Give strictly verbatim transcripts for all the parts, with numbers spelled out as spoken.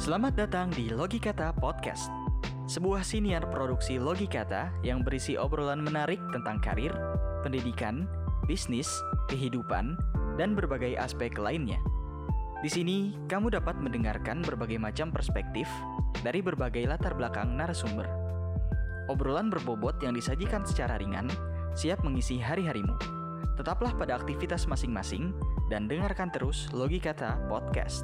Selamat datang di Logikata Podcast, sebuah siniar produksi Logikata yang berisi obrolan menarik tentang karir, pendidikan, bisnis, kehidupan, dan berbagai aspek lainnya. Di sini, kamu dapat mendengarkan berbagai macam perspektif dari berbagai latar belakang narasumber. Obrolan berbobot yang disajikan secara ringan, siap mengisi hari-harimu. Tetaplah pada aktivitas masing-masing dan dengarkan terus Logikata Podcast.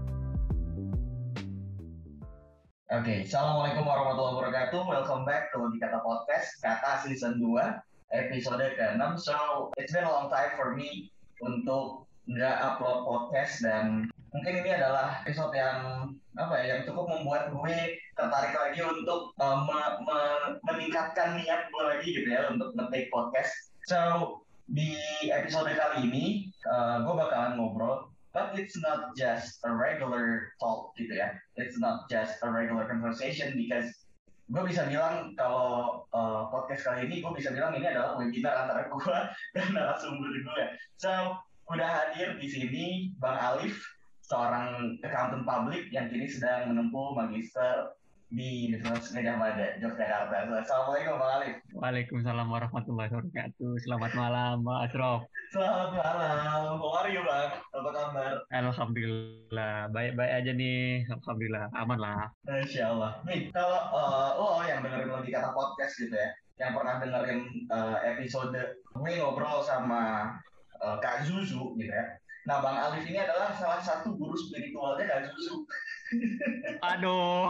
Oke, okay, Assalamualaikum warahmatullahi wabarakatuh. Welcome back to Logikata Podcast, Kata Season dua, episode keenam. So, it's been a long time for me untuk nggak upload podcast, dan mungkin ini adalah episode yang apa ya, yang cukup membuat gue tertarik lagi untuk uh, me- me- meningkatkan niat gue lagi gitu ya untuk nge-take podcast. So, di episode kali ini uh, gue bakalan ngobrol. But it's not just a regular talk gitu ya. It's not just a regular conversation, because gue bisa bilang kalau uh, podcast kali ini gue bisa bilang ini adalah webinar antara gue dan narasumber gue. So, udah hadir di sini Bang Alif, seorang accountant public yang kini sedang menempuh magister di Universitas Gadjah Mada, Yogyakarta. Assalamualaikum Bang Alif. Waalaikumsalam warahmatullahi wabarakatuh. Selamat malam, Pak Asrof. Selamat malam. How are you, Bang? Apa kabar? Alhamdulillah, baik-baik aja nih. Alhamdulillah, aman lah. Insya Allah. Nih, kalau uh, lo yang dengerin Logikata Podcast gitu ya, yang pernah dengerin uh, episode gue ngobrol sama uh, Kak Zuzu gitu ya. Nah, Bang Alif ini adalah salah satu guru spiritualnya Kak Zuzu. Aduh.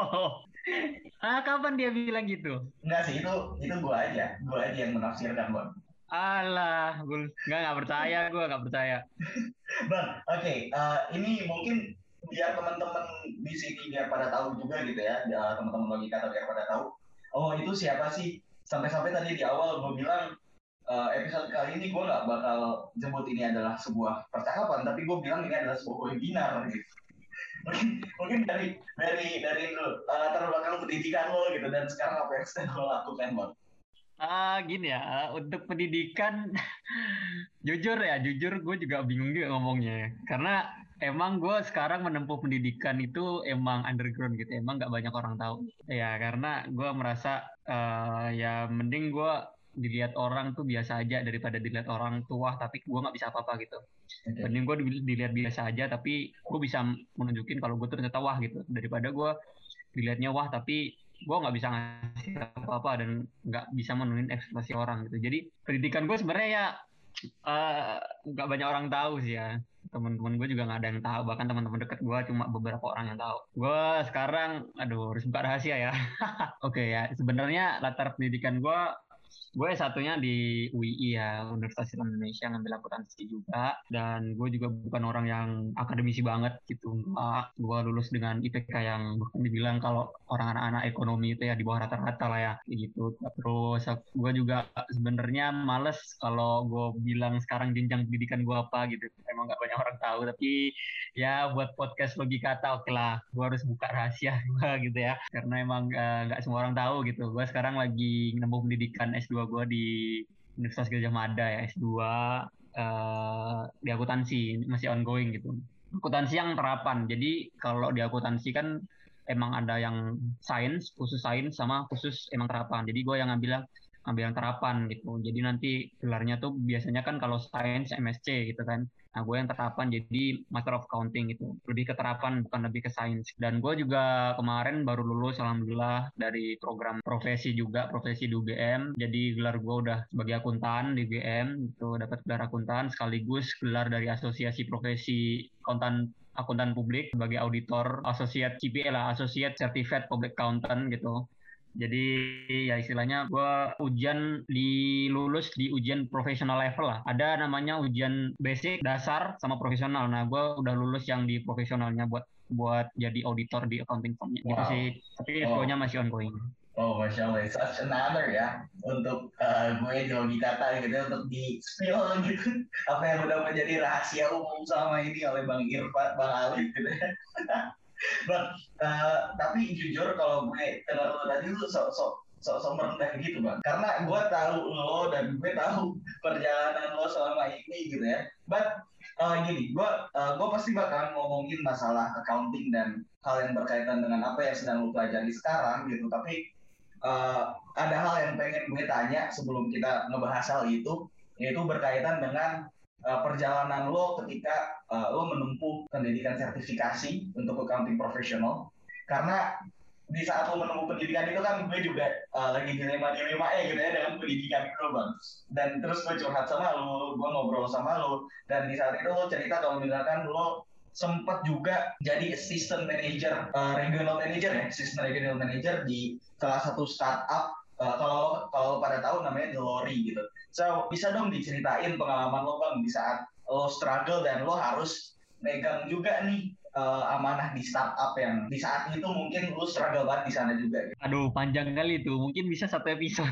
Ah, kapan dia bilang gitu? Enggak sih, itu itu gue aja. Gue aja yang menafsirkan, Bang. Alah, gue nggak nggak percaya, gue nggak percaya. Bang, oke, okay, uh, ini mungkin biar teman-teman di sini biar pada tahu juga gitu ya, uh, teman-teman Logikata biar pada tahu. Oh, itu siapa sih? Sampai-sampai tadi di awal gue bilang uh, episode kali ini gue nggak bakal jemput ini adalah sebuah percakapan, tapi gue bilang ini adalah sebuah webinar gitu. mungkin mungkin dari dari dari lu, uh, latar belakang pendidikan lo gitu, dan sekarang apa yang sedang lo lakukan, Bang? Ah, gini ya, untuk pendidikan, jujur ya, jujur gue juga bingung juga ngomongnya. Karena emang gue sekarang menempuh pendidikan itu emang underground gitu, emang nggak banyak orang tahu. Ya, karena gue merasa uh, ya mending gue dilihat orang tuh biasa aja daripada dilihat orang tua tapi gue nggak bisa apa-apa gitu. Okay. Mending gue dilihat biasa aja tapi gue bisa menunjukin kalau gue ternyata wah gitu, daripada gue dilihatnya wah tapi gue nggak bisa ngasih apa-apa dan nggak bisa menuhin ekspektasi orang gitu. Jadi pendidikan gue sebenarnya ya nggak uh, banyak orang tahu sih ya. Teman-teman gue juga nggak ada yang tahu, bahkan teman-teman dekat gue cuma beberapa orang yang tahu. Gue sekarang, aduh harus buka rahasia ya. Oke okay, ya, sebenarnya latar pendidikan gue gue satunya di U I I ya, Universitas Islam Indonesia, ngambil akuntansi juga. Dan gue juga bukan orang yang akademisi banget gitu. Enggak, gue lulus dengan I P K yang bukan dibilang kalau orang anak-anak ekonomi itu ya di bawah rata-rata lah ya, gitu. Terus gue juga sebenarnya males kalau gue bilang sekarang jenjang pendidikan gue apa gitu. Emang nggak banyak orang tahu, tapi ya buat podcast Logikata oke lah, gue harus buka rahasia gue gitu ya. Karena emang nggak uh, semua orang tahu gitu. Gue sekarang lagi menempuh pendidikan S dua gue di Universitas Gadjah Mada ya, S dua uh, di akuntansi, masih ongoing gitu. Akuntansi yang terapan. Jadi kalau di akuntansi kan emang ada yang sains, khusus sains sama khusus emang terapan. Jadi gue yang ngambil ambil yang terapan gitu. Jadi nanti gelarnya tuh biasanya kan kalau sains M S C gitu kan. Nah gue yang terapan jadi Master of Accounting gitu. Lebih ke terapan bukan lebih ke sains. Dan gue juga kemarin baru lulus alhamdulillah dari program profesi juga, profesi di U G M. Jadi gelar gue udah sebagai akuntan di U G M gitu, dapat gelar akuntan sekaligus gelar dari Asosiasi Profesi Akuntan Akuntan Publik sebagai auditor, Associate C P A lah, Associate Certified Public Accountant gitu. Jadi ya istilahnya gue ujian di lulus di ujian profesional level lah. Ada namanya ujian basic, dasar, sama profesional. Nah gue udah lulus yang di profesionalnya buat buat jadi auditor di accounting firm. Wow. Gitu sih. Tapi S dua-nya oh. masih ongoing. Oh, Masya Allah, such an honor ya untuk uh, gue di Logikata gitu, untuk di spill gitu apa yang udah menjadi rahasia umum sama ini oleh Bang Irfan, Bang Alif gitu ya. Bang, uh, tapi jujur kalau gue dengar lo tadi lu sok-sok sok-sok merendah gitu, Bang. Karena gue tahu lo dan gue tahu perjalanan lo selama ini gitu ya. But uh, gini, gue uh, gue pasti bakalan ngomongin masalah accounting dan hal yang berkaitan dengan apa yang sedang lu pelajari sekarang gitu. Tapi uh, ada hal yang pengen gue tanya sebelum kita ngebahas hal itu, yaitu berkaitan dengan uh, perjalanan lo ketika uh, lo menempuh pendidikan sertifikasi untuk accounting profesional. Karena di saat lo menempuh pendidikan itu kan gue juga uh, lagi dilema-dilema ya gitu ya dengan pendidikan itu bang. Dan terus gue curhat sama lo, gue ngobrol sama lo, dan di saat itu lo cerita kalau misalkan lo sempat juga jadi assistant manager, uh, regional manager ya, assistant regional manager di salah satu startup. Uh, kalau kalau pada tahu namanya Delori gitu. So bisa dong diceritain pengalaman lo bang di saat lo struggle dan lo harus megang juga nih uh, amanah di startup yang di saat itu mungkin lu struggle banget di sana juga gitu. Aduh, panjang kali itu. Mungkin bisa satu episode.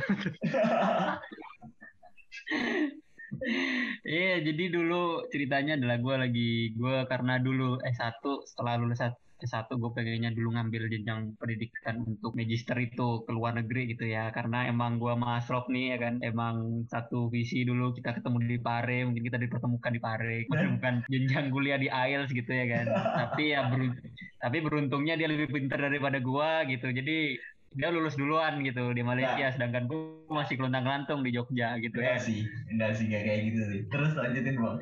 Iya, yeah, jadi dulu ceritanya adalah gue lagi, gue karena dulu S satu, setelah lulus S satu gue pengennya dulu ngambil jenjang pendidikan untuk magister itu ke luar negeri gitu ya. Karena emang gue sama Asrop nih ya kan, emang satu visi dulu kita ketemu di Pare, mungkin kita dipertemukan di Pare. Bukan jenjang kuliah di I E L T S gitu ya kan. Tapi ya beruntung, tapi beruntungnya dia lebih pintar daripada gue gitu. Jadi dia lulus duluan gitu di Malaysia, nah, sedangkan gue masih kelontang-lantung di Jogja gitu enggak ya. sih, enggak sih kayak gitu sih. Terus lanjutin bang.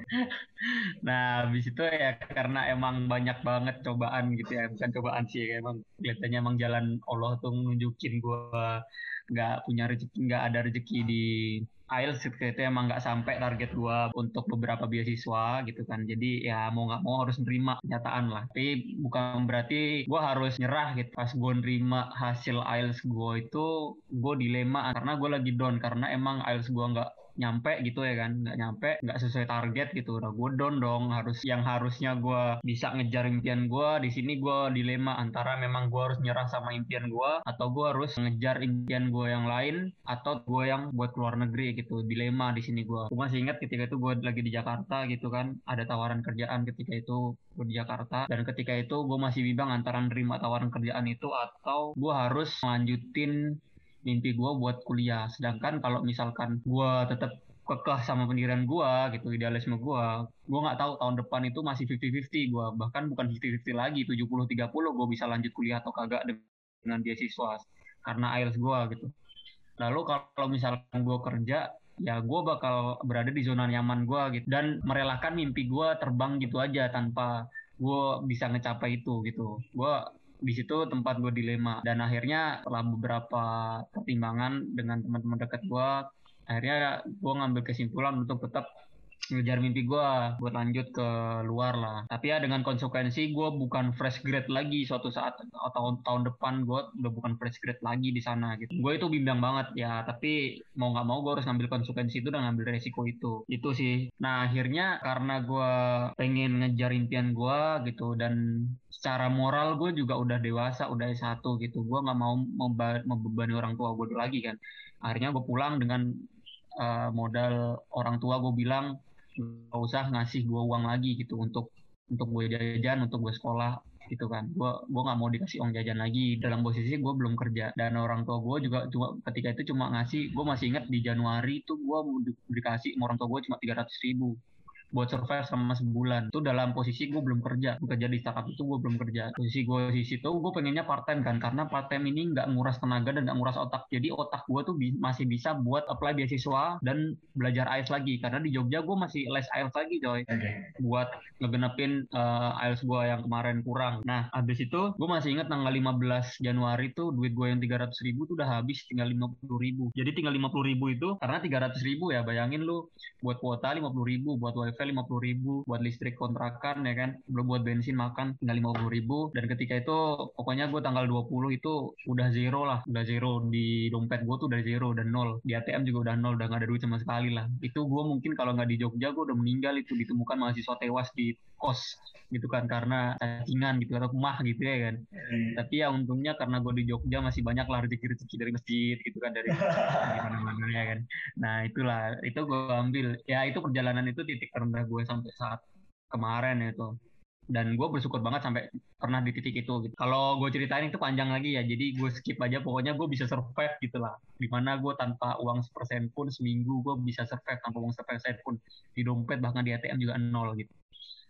Nah, habis itu ya karena emang banyak banget cobaan gitu ya, bukan cobaan sih, emang kelihatannya emang jalan Allah tuh nunjukin gue nggak punya rezeki, nggak ada rezeki di I E L T S itu emang nggak sampai target gue untuk beberapa beasiswa gitu kan. Jadi ya mau nggak mau harus nerima kenyataan lah. Tapi bukan berarti gue harus nyerah gitu. Pas gue nerima hasil I E L T S gue itu gue dilema karena gue lagi down karena emang I E L T S gue nggak nyampe gitu ya kan, nggak nyampe, nggak sesuai target gitu. Nah gue down dong, harus yang harusnya gue bisa ngejar impian gue, di sini gue dilema antara memang gue harus nyerah sama impian gue atau gue harus ngejar impian gue yang lain atau gue yang buat keluar negeri gitu. Dilema di sini gue. Gue masih ingat ketika itu gue lagi di Jakarta gitu kan, ada tawaran kerjaan ketika itu gue di Jakarta, dan ketika itu gue masih bimbang antara nerima tawaran kerjaan itu atau gue harus melanjutin mimpi gue buat kuliah. Sedangkan kalau misalkan gue tetap kekeh sama pendirian gue gitu, idealisme gue, gue nggak tahu tahun depan itu masih fifty fifty gue, bahkan bukan fifty fifty lagi, tujuh puluh tiga puluh gue bisa lanjut kuliah atau kagak dengan beasiswa karena I E L T S gue gitu. Lalu kalau misalkan gue kerja, ya gue bakal berada di zona nyaman gue gitu dan merelakan mimpi gue terbang gitu aja tanpa gue bisa ngecapai itu gitu. Gue di situ tempat gue dilema, dan akhirnya setelah beberapa pertimbangan dengan teman-teman dekat gue, akhirnya gue ngambil kesimpulan untuk tetap ngejar mimpi gue buat lanjut ke luar lah. Tapi ya dengan konsekuensi gue bukan fresh grade lagi suatu saat atau tahun depan gue udah bukan fresh grade lagi di sana gitu. Gue itu bimbang banget ya, tapi mau nggak mau gue harus ngambil konsekuensi itu dan ngambil resiko itu. Itu sih. Nah akhirnya karena gue pengen ngejar impian gue gitu, dan secara moral gue juga udah dewasa, udah S satu gitu. Gue nggak mau membebani orang tua gue lagi kan. Akhirnya gue pulang dengan uh, modal orang tua. Gue bilang nggak usah ngasih gue uang lagi gitu untuk untuk gue jajan, untuk gue sekolah gitu kan. Gue gue nggak mau dikasih uang jajan lagi dalam posisi gue belum kerja, dan orang tua gue juga cuma ketika itu cuma ngasih, gue masih ingat di Januari itu gue di, dikasih orang tua gue cuma tiga ratus ribu buat survive selama sebulan. Itu dalam posisi gue belum kerja, bekerja di startup itu gue belum kerja. Posisi gue di situ gue pengennya part time kan, karena part time ini nggak nguras tenaga dan nggak nguras otak. Jadi otak gue tuh bi- masih bisa buat apply beasiswa dan belajar I E L T S lagi, karena di Jogja gue masih les I E L T S lagi coy. Okay. Buat ngegenepin uh, I E L T S gue yang kemarin kurang. Nah habis itu gue masih ingat tanggal lima belas Januari tuh duit gue yang tiga ratus ribu tuh udah habis, tinggal lima puluh ribu. Jadi tinggal lima puluh ribu itu karena tiga ratus ribu ya, bayangin lu buat kuota lima puluh ribu, buat wifi lima puluh ribu, buat listrik kontrakan ya kan, belum buat bensin makan, tinggal lima puluh ribu. Dan ketika itu pokoknya gue tanggal dua puluh itu udah zero lah, udah zero di dompet gue tuh udah zero, dan nol di A T M juga udah nol, udah gak ada duit sama sekali lah. Itu gue mungkin kalau nggak di Jogja gue udah meninggal, itu ditemukan mahasiswa tewas di kos gitu kan, karena cacingan gitu atau mah gitu ya kan. Hmm. Tapi ya untungnya karena gue di Jogja masih banyak lah rezeki-rezeki dari masjid gitu kan, dari mana-mana ya kan. Nah itulah, itu gue ambil ya, itu perjalanan itu titik terendah gue sampai saat kemarin itu, dan gue bersyukur banget sampai pernah di titik itu gitu. Kalau gue ceritain itu panjang lagi ya, jadi gue skip aja. Pokoknya gue bisa survive gitu lah, dimana gue tanpa uang sepersen pun seminggu gue bisa survive tanpa uang sepersen pun di dompet, bahkan di A T M juga nol gitu.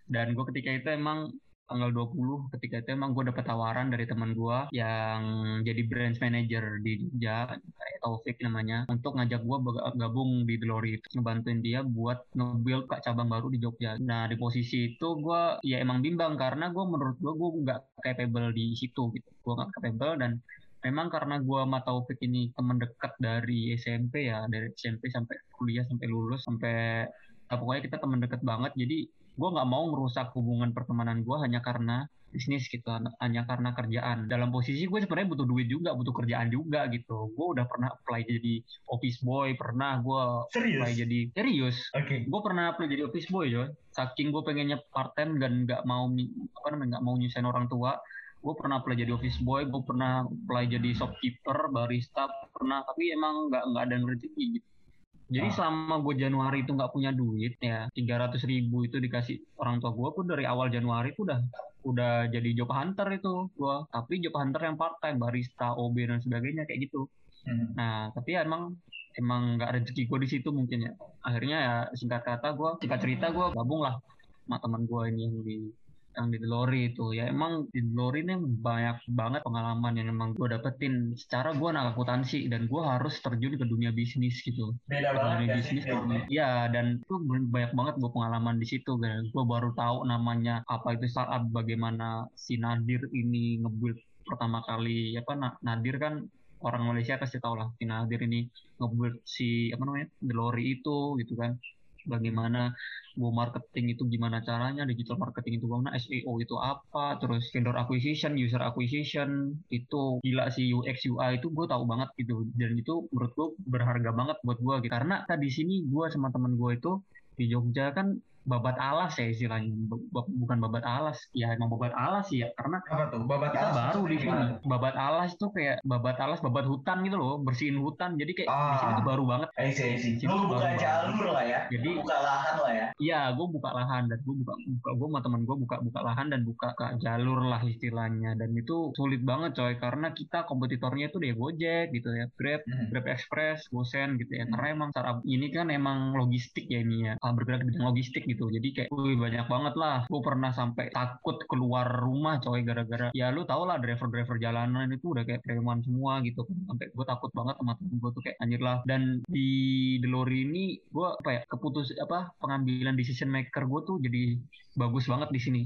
Dan gue ketika itu emang tanggal dua puluh, ketika itu emang gue dapet tawaran dari teman gue yang jadi branch manager di Jogja, kayak Taufik namanya, untuk ngajak gue gabung di Glory, ngebantuin dia buat nge-build kak cabang baru di Jogja. Nah di posisi itu gue ya emang bimbang karena gue menurut gue gue nggak capable di situ gitu, gue nggak capable. Dan memang karena gue sama Taufik ini teman dekat dari S M P ya, dari S M P sampai kuliah sampai lulus sampai nah, pokoknya kita teman dekat banget. Jadi gue nggak mau merusak hubungan pertemanan gue hanya karena bisnis gitu, hanya karena kerjaan. Dalam posisi gue sebenarnya butuh duit juga, butuh kerjaan juga gitu. Gue udah pernah apply jadi office boy, pernah gue apply jadi serius. Oke. Gue pernah apply jadi office boy ya. Saking gue pengennya part time dan nggak mau apa namanya nggak mau nyusahin orang tua. Gue pernah apply jadi office boy, gue pernah apply jadi shopkeeper, barista, pernah. Tapi emang nggak nggak ada rezeki gitu. Jadi ah. selama gue Januari itu nggak punya duit ya, tiga ratus ribu itu dikasih orang tua gue pun dari awal Januari itu udah udah jadi job hunter itu gue. Tapi job hunter yang part time, barista, O B dan sebagainya kayak gitu. Hmm. Nah tapi ya emang emang nggak rezeki gue di situ mungkin ya. Akhirnya ya singkat kata gue, singkat cerita gue gabung lah sama teman gue ini yang di yang di Glory itu. Ya emang di Glory ini banyak banget pengalaman yang emang gue dapetin. Secara gue anak akuntansi dan gue harus terjun ke dunia bisnis gitu. Beda banget ya bisnis ya, dan itu banyak banget gue pengalaman di situ. Gue baru tahu namanya apa itu startup, bagaimana si Nadir ini nge-build pertama kali. Apa Nadir kan orang Malaysia pasti tahu lah, si Nadir ini nge-build si apa namanya Glory itu gitu kan. Bagaimana gue marketing itu gimana caranya, digital marketing itu gimana, S E O itu apa, terus vendor acquisition, user acquisition itu gila sih, U X U I itu gue tahu banget gitu. Dan itu menurut gue berharga banget buat gue gitu. Karena tadi sini gue sama temen gue itu di Jogja kan babat alas ya istilahnya, bukan babat alas ya, emang babat alas sih ya, karena apa tuh babat kita alas baru di sini. Babat alas itu kayak babat alas, babat hutan gitu loh, bersihin hutan. Jadi kayak ah, di sini tuh baru banget. Isi, isi. Lu buka jalur lah ya. Jadi buka lahan lah ya. Iya, gue buka lahan dan gue buka, buka gue sama teman gue buka buka lahan dan buka ke jalur lah istilahnya. Dan itu sulit banget coy, karena kita kompetitornya itu deh Gojek gitu ya, Grab, hmm. Grab Express, Gosen gitu ya. Hmm. Karena emang startup ini kan emang logistik ya ini ya, bergerak di bidang logistik gitu. Jadi kayak wih, banyak banget lah. Gue pernah sampai takut keluar rumah coy gara-gara ya lu tau lah driver-driver jalanan itu udah kayak preman semua gitu. Sampai gue takut banget sama temen gue tuh kayak anjir lah. Dan di Glory ini gue apa ya keputus apa pengambilan decision maker gue tuh jadi bagus banget di sini,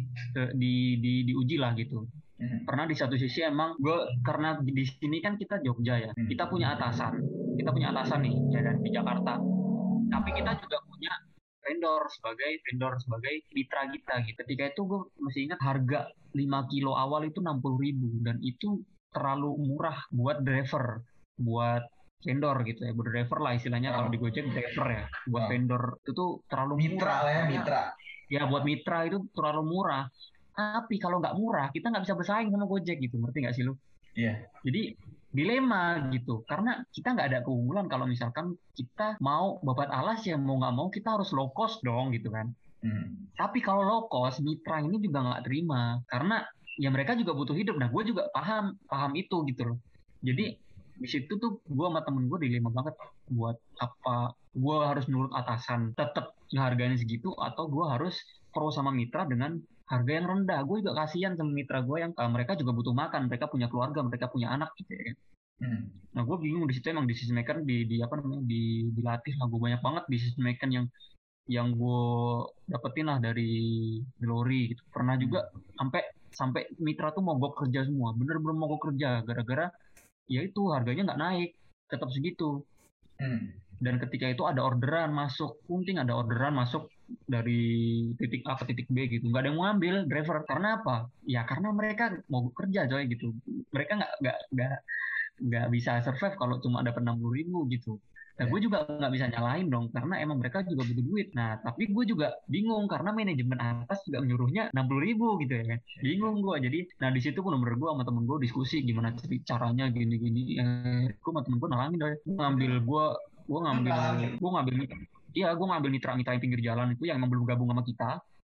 di di diuji lah gitu. Hmm. Karena di satu sisi emang gue karena di sini kan kita Jogja ya, hmm. kita punya atasan, kita punya atasan nih ya dan di Jakarta. Tapi kita juga punya vendor sebagai vendor sebagai mitra kita gitu. Ketika itu gue masih ingat harga lima kilo awal itu enam puluh ribu dan itu terlalu murah buat driver, buat vendor gitu ya, buat driver lah istilahnya. Oh. Kalau di Gojek driver ya, buat oh. vendor itu tuh terlalu mitra murah. Mitra lah ya, mitra. Ya buat mitra itu terlalu murah. Tapi kalau nggak murah, kita nggak bisa bersaing sama Gojek gitu, ngerti nggak sih lu? Iya. Yeah. Jadi dilema gitu, karena kita nggak ada keunggulan kalau misalkan kita mau babat alas ya mau nggak mau kita harus low cost dong gitu kan. Hmm. Tapi kalau low cost, mitra ini juga nggak terima karena ya mereka juga butuh hidup. Nah gue juga paham paham itu gitu loh. Jadi di situ tuh gue sama temen gue dilema banget buat apa gue harus nurut atasan tetap harganya segitu atau gue harus pro sama mitra dengan harga yang rendah. Gue juga kasihan sama mitra gue yang uh, mereka juga butuh makan, mereka punya keluarga, mereka punya anak gitu ya. Hmm. Nah gue bingung di situ, emang decision maker di, di apa namanya di dilatih lah. Gue banyak banget decision maker yang yang gue dapetin lah dari Glory gitu. Pernah juga sampai sampai mitra tuh mau gue kerja semua, bener-bener mau gue kerja gara-gara ya itu harganya nggak naik, tetap segitu. Hmm. Dan ketika itu ada orderan masuk, punting ada orderan masuk dari titik A ke titik B gitu, nggak ada yang mau ambil driver. Karena apa? Ya karena mereka mau kerja coy gitu. Mereka nggak nggak nggak nggak bisa survive kalau cuma dapat enam puluh ribu gitu. Nah, gue juga nggak bisa nyalahin dong, karena emang mereka juga butuh duit. Nah, tapi gue juga bingung karena manajemen atas juga menyuruhnya enam puluh ribu gitu ya. Bingung gue. Jadi, nah di situ pun bener gue sama temen gue diskusi gimana caranya gini-gini. Eh, gue sama temen gue nalangin deh. Gue ngambil gue gue ngambil gue ngambil iya gue ngambil mitra-mitra yang pinggir jalan itu yang emang belum gabung sama kita.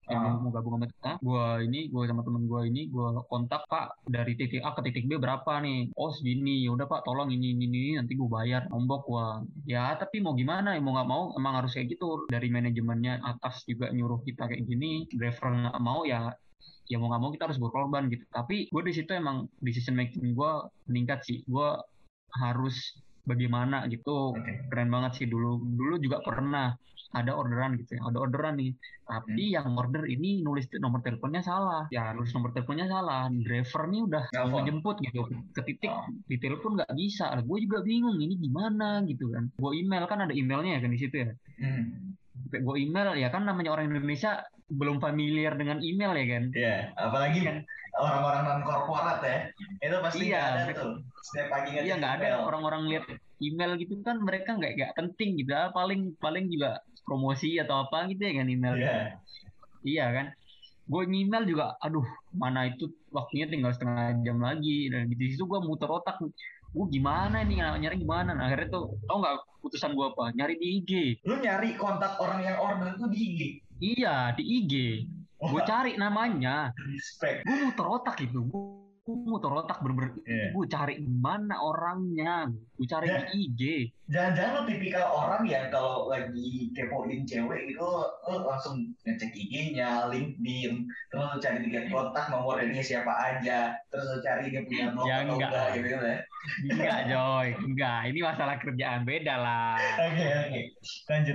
yang Ah. mau, mau gabung sama kita. Gue ini, gue sama temen gue ini, gue kontak Pak dari titik A ke titik B berapa nih? Oh segini, ya udah Pak, tolong ini ini ini nanti gue bayar, nombok gue. Ya tapi mau gimana ya, mau nggak mau emang harus kayak gitu. Dari manajemennya atas juga nyuruh kita kayak gini, driver nggak mau ya ya mau nggak mau kita harus berkorban gitu. Tapi gue di situ emang decision making gue meningkat sih. Gue harus bagaimana gitu. Oke. Keren banget sih dulu. Dulu juga pernah ada orderan gitu ya. Ada orderan nih. Tapi Hmm. yang order ini nulis nomor teleponnya salah. Ya nulis nomor teleponnya salah. Driver nih udah mau Nelfon. ngejemput gitu. Ke titik Oh. di telepon nggak bisa. Gue juga bingung ini gimana gitu kan. Gue email kan ada emailnya ya kan di situ ya. Hmm. Gue email ya kan namanya orang Indonesia belum familiar dengan email ya kan. Iya, apalagi Kan orang-orang non korporat ya, itu pasti nggak iya, ada mereka tuh setiap pagi iya ngecek nggak ada email. orang-orang lihat email gitu kan mereka nggak nggak penting gitu. Ah, paling paling juga promosi atau apa gitu ya kan email. Iya. Iya kan. Gue email juga, aduh mana itu waktunya tinggal setengah jam lagi dan di situ gue muter otak, gue gimana nih nyari gimana. Nah, akhirnya tuh tau nggak putusan gue apa? Nyari di I G. Lu nyari kontak orang yang order tuh di I G. Iya di I G. Gue Wah, cari namanya. respect. Gue muter otak itu. Gue muter otak bener-bener. Iya. Gue cari mana orangnya. Gue cari Ya. di I G. Jangan-jangan lu tipikal orang yang kalau lagi kepoin cewek itu lu langsung ngecek I G-nya, LinkedIn, terus lu cari tiket kontak, nomor dia siapa aja, terus lu cari dia punya blog Ya atau enggak enggak lah. gitu ya. Enggak Joy. Enggak. Ini masalah kerjaan beda lah. Oke, oke. Lanjut.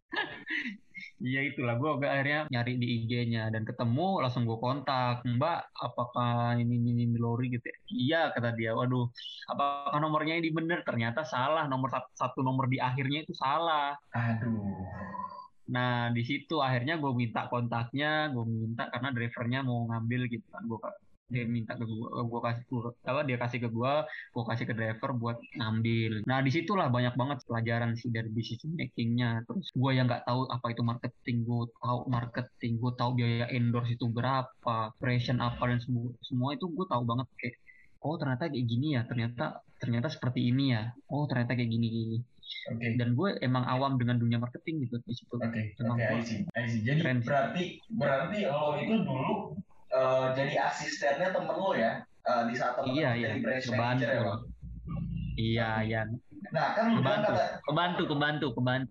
Iya itulah gue akhirnya nyari di I G-nya dan ketemu langsung gue kontak, Mbak apakah ini ini, ini lori gitu ya? Iya kata dia. Waduh, apakah nomornya ini bener? Ternyata salah, nomor satu, satu nomor di akhirnya itu salah. Aduh. Nah di situ akhirnya gue minta kontaknya, gue minta karena drivernya mau ngambil gitu kan. Gue dia minta ke gue, gue kasih gua, apa dia kasih ke gue, gue kasih ke driver buat ngambil. Nah disitulah banyak banget pelajaran sih dari decision makingnya. Terus gue yang nggak tahu apa itu marketing, gue tahu marketing, gue tahu biaya endorse itu berapa, operation apa dan semua semua itu gue tahu banget kayak oh ternyata kayak gini ya, ternyata ternyata seperti ini ya, oh ternyata kayak gini gini. Oke. Dan gue emang awam dengan dunia marketing gitu di situ. Oke, Emang oke, I gue see, I see. Jadi keren sih. berarti berarti lo itu dulu eh, jadi asistennya temen lo ya eh, di saat temen Iya lo iya, jadi branch manager kebantu. ya bang. Iya iya, Nah kan lo bilang kebantu, kata, kebantu, kebantu, kebantu.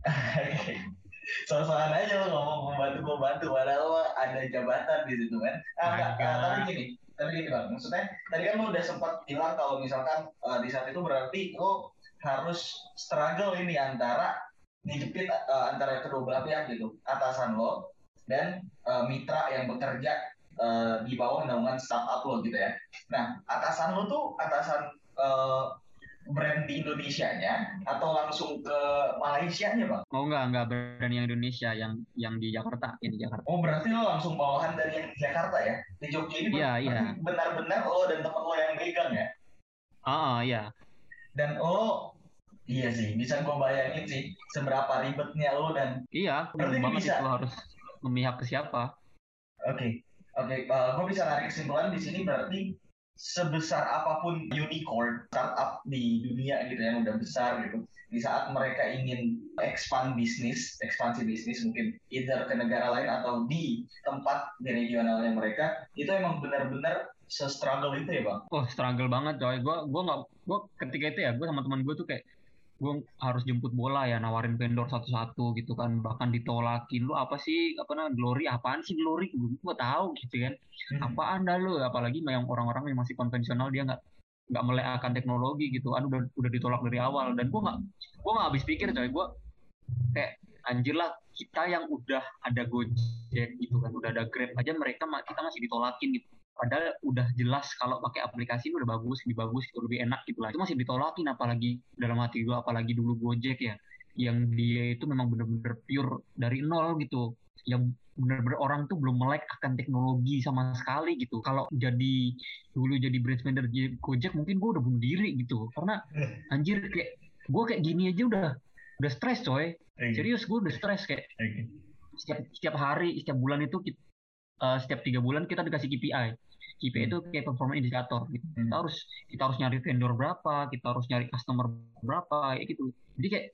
soal-soalan aja lo ngomong membantu membantu, padahal lo ada jabatan di situ kan. Ah, enggak, ah, tapi Agak. gini, tapi gini bang, maksudnya tadi kan lo udah sempat bilang kalau misalkan eh, di saat itu berarti lo harus struggle ini antara dijepit eh, antara kedua belah pihak gitu, atasan lo dan eh, mitra yang bekerja eh, di bawah naungan startup lo gitu ya. Nah, atasan lo tuh atasan eh, brand di Indonesianya atau langsung ke Malaysianya bang? Oh enggak, enggak berani yang Indonesia, yang yang di Jakarta, yang di Jakarta. Oh berarti lo langsung bawahan dari yang di Jakarta ya? Di Jogja ini Iya, ber- iya. berarti benar-benar lo dan temen lo yang megang ya? Ah, ah, iya. Dan lo, iya sih, bisa gue bayangin sih seberapa ribetnya lo dan Iya, berarti bingung ini banget bisa. itu harus memihak ke siapa. Oke, oke, gue bisa narik kesimpulan di sini berarti sebesar apapun unicorn startup di dunia gitu yang udah besar gitu, di saat mereka ingin expand bisnis, ekspansi bisnis mungkin either ke negara lain atau di tempat di regionalnya mereka, itu emang benar-benar se-struggle itu ya bang? Oh, struggle banget coy. Gua gua nggak gua ketika itu ya, gua sama teman gua tuh kayak gue harus jemput bola ya, nawarin vendor satu-satu gitu kan, bahkan ditolakin. Lu apa sih apa namanya glory, apaan sih glory, gue tahu gitu kan, Hmm. apaan dah lu, apalagi yang orang-orang yang masih konvensional dia nggak nggak melek akan teknologi gitu, aduh udah udah ditolak dari awal. Dan gue nggak gue nggak habis pikir coy, gue kayak anjir lah, kita yang udah ada Gojek gitu kan, udah ada Grab aja mereka kita masih ditolakin gitu. Padahal udah jelas kalau pakai aplikasi ini udah bagus, lebih bagus, gitu, lebih enak gitu lah. Itu masih ditolakin, apalagi dalam hati gue, apalagi dulu Gojek ya, yang dia itu memang bener-bener pure dari nol gitu. Yang bener-bener orang tuh belum melek akan teknologi sama sekali gitu. Kalau jadi dulu jadi branch manager Gojek mungkin gue udah bunuh diri gitu. Karena anjir kayak gue kayak gini aja udah udah stres coy. Serius gue udah stres kayak Okay. setiap setiap hari, setiap bulan itu kita, uh, setiap tiga bulan kita dikasih K P I. K P I itu kayak performance indikator gitu. Hmm. Kita harus kita harus nyari vendor berapa, kita harus nyari customer berapa, kayak gitu. Jadi kayak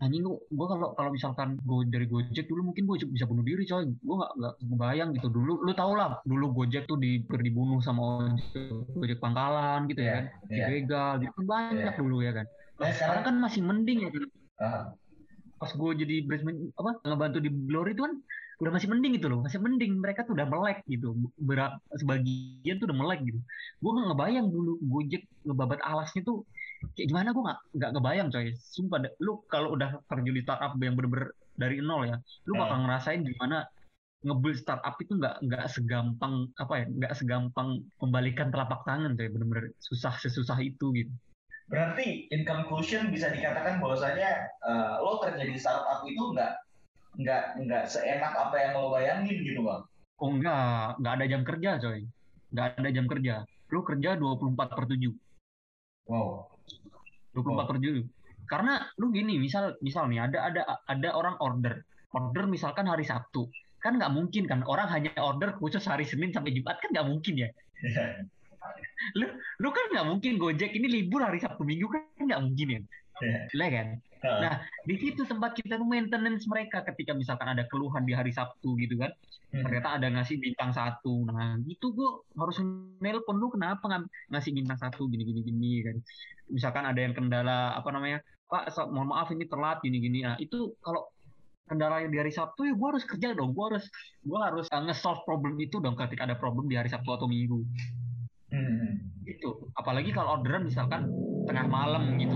anjing gua gua kalau kalau misalkan gua dari Gojek dulu mungkin gua bisa bunuh diri coy. Gua nggak nggak kebayang gitu dulu. Lu tau lah dulu Gojek tuh di dibunuh sama Ojek, Gojek Pangkalan gitu ya kan, Iya, iya, dibegal gitu kan banyak iya. dulu ya kan. Lah Nah sekarang sekarang, kan masih mending ya kan. ah, Pas gue jadi bridesmain apa ngebantu di Glory itu kan udah masih mending gitu loh, masih mending mereka tuh udah melek gitu, berat sebagian tuh udah melek gitu. Gue nggak ngebayang dulu Gojek ngebabat alasnya tuh kayak gimana, gue nggak nggak ngebayang coy, sumpah dah. Lu kalau udah terjun di startup yang bener-bener dari nol ya, lu bakal ah. ngerasain gimana nge-build startup itu nggak nggak segampang apa ya, nggak segampang membalikan telapak tangan coy, bener-bener susah sesusah itu gitu. Berarti in conclusion bisa dikatakan bahwasanya eh, lo kerja di startup itu nggak nggak nggak seenak apa yang lo bayangin gitu bang. Oh enggak, enggak ada jam kerja coy. Enggak ada jam kerja. Lu kerja dua puluh empat per tujuh. Wow. dua puluh empat Wow. per tujuh. Karena lu gini, misal misal nih ada ada ada orang order. Order misalkan hari Sabtu. Kan nggak mungkin kan orang hanya order khusus hari Senin sampai Jumat, kan nggak mungkin ya. Iya. Lu lu kan nggak mungkin Gojek ini libur hari Sabtu Minggu, kan nggak mungkin ya. Iya. Lah kan? Ah, Nah, di situ tempat kita tuh maintenance mereka ketika misalkan ada keluhan di hari Sabtu gitu kan. hmm. Ternyata ada ngasih bintang satu. Nah, itu gue harus nelpon lu kenapa ng- ngasih bintang satu gini gini gini kan. Misalkan ada yang kendala apa namanya? Pak, so- mohon maaf ini telat gini gini. Nah, itu kalau kendala di hari Sabtu ya gue harus kerja dong. Gue harus gue harus uh, nge-solve problem itu dong ketika ada problem di hari Sabtu atau Minggu. Hmm. Gitu. Apalagi kalau orderan misalkan tengah malam gitu.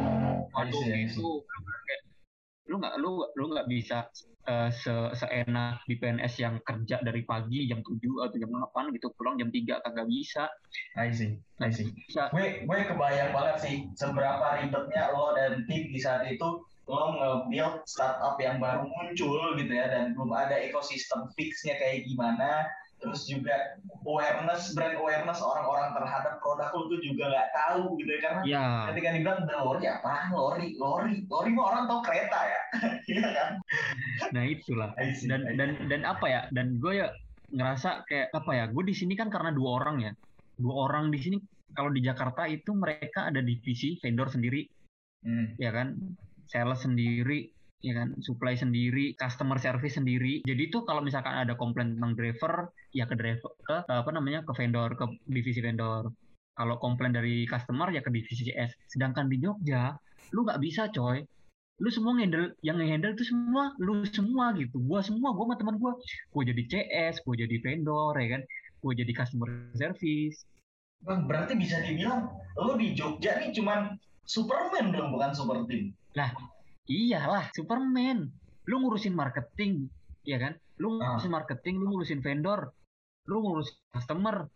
I Waduh, see, I itu see. kayak lu nggak lu lu nggak bisa eh, se seenak di P N S yang kerja dari pagi jam tujuh atau jam delapan gitu pulang jam tiga, kagak bisa. I see, I Nggak see. bisa. Gue gue kebayang banget sih seberapa ribetnya lo dan tim di saat itu lo nge-build startup yang baru muncul gitu ya dan belum ada ekosistem fixnya kayak gimana. Terus juga awareness, brand awareness orang-orang terhadap produk lo tuh juga nggak tahu gitu ya karena Ya, ketika dibilang "Udah, lori apa? Lori, lori, lori mah orang tahu kereta ya, iya kan? nah itulah. I see, Dan I see. dan dan apa ya? Dan gue ya ngerasa kayak apa ya? Gue di sini kan karena dua orang ya. Dua orang di sini kalau di Jakarta itu mereka ada divisi vendor sendiri, Hmm. ya kan? Sales sendiri, ya kan? Supply sendiri, customer service sendiri. Jadi tuh kalau misalkan ada komplain tentang driver, ya ke driver ke apa namanya? Ke vendor, ke divisi vendor. Kalau komplain dari customer ya ke divisi C S. Sedangkan di Jogja, lu nggak bisa coy. Lu semua handle, yang handle itu semua lu semua gitu. Gua semua, gua sama teman gua, gua jadi C S, gua jadi vendor, ya kan? Gua jadi customer service. Bang, berarti bisa dibilang lo di Jogja nih cuman Superman dong, bukan super team. Lah, iyalah, Superman. Lu ngurusin marketing, ya kan? Lu ngurusin Ah, marketing, lu ngurusin vendor, lu ngurusin customer,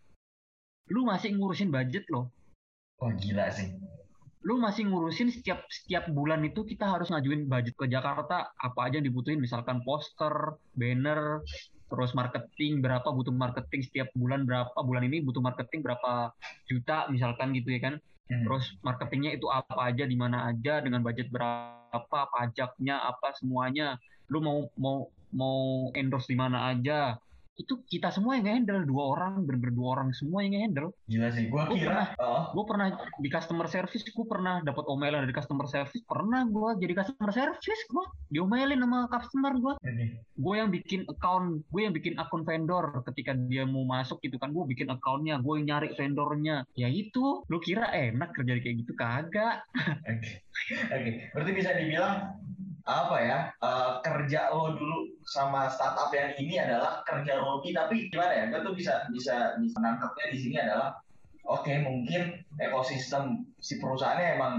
lu masih ngurusin budget loh. wah gila sih. Lu masih ngurusin setiap setiap bulan itu kita harus ngajuin budget ke Jakarta, apa aja yang dibutuhin, misalkan poster, banner, terus marketing, berapa butuh marketing setiap bulan, berapa bulan ini butuh marketing berapa juta misalkan gitu ya kan. Hmm. Terus marketingnya itu apa aja, di mana aja, dengan budget berapa, pajaknya apa, semuanya. Lu mau mau mau endorse di mana aja. Itu kita semua yang handle, dua orang, bener-bener dua orang semua yang handle. Gila sih. Gua Gue pernah kira, oh, gue pernah di customer service, gue pernah dapat omelan dari customer service, pernah gue jadi customer service, gue diomelin sama customer. gue ini. gue yang bikin account, gue yang bikin akun vendor ketika dia mau masuk gitu kan, gue bikin accountnya, gue yang nyari vendornya. Ya itu, lu kira enak kerja kayak gitu? Kagak. Oke, oke. Berarti bisa dibilang apa ya? eh, kerja lo dulu sama startup yang ini adalah kerja Robi, tapi gimana ya? Gue tuh bisa bisa bisa menangkapnya di sini adalah, oke mungkin ekosistem si perusahaannya emang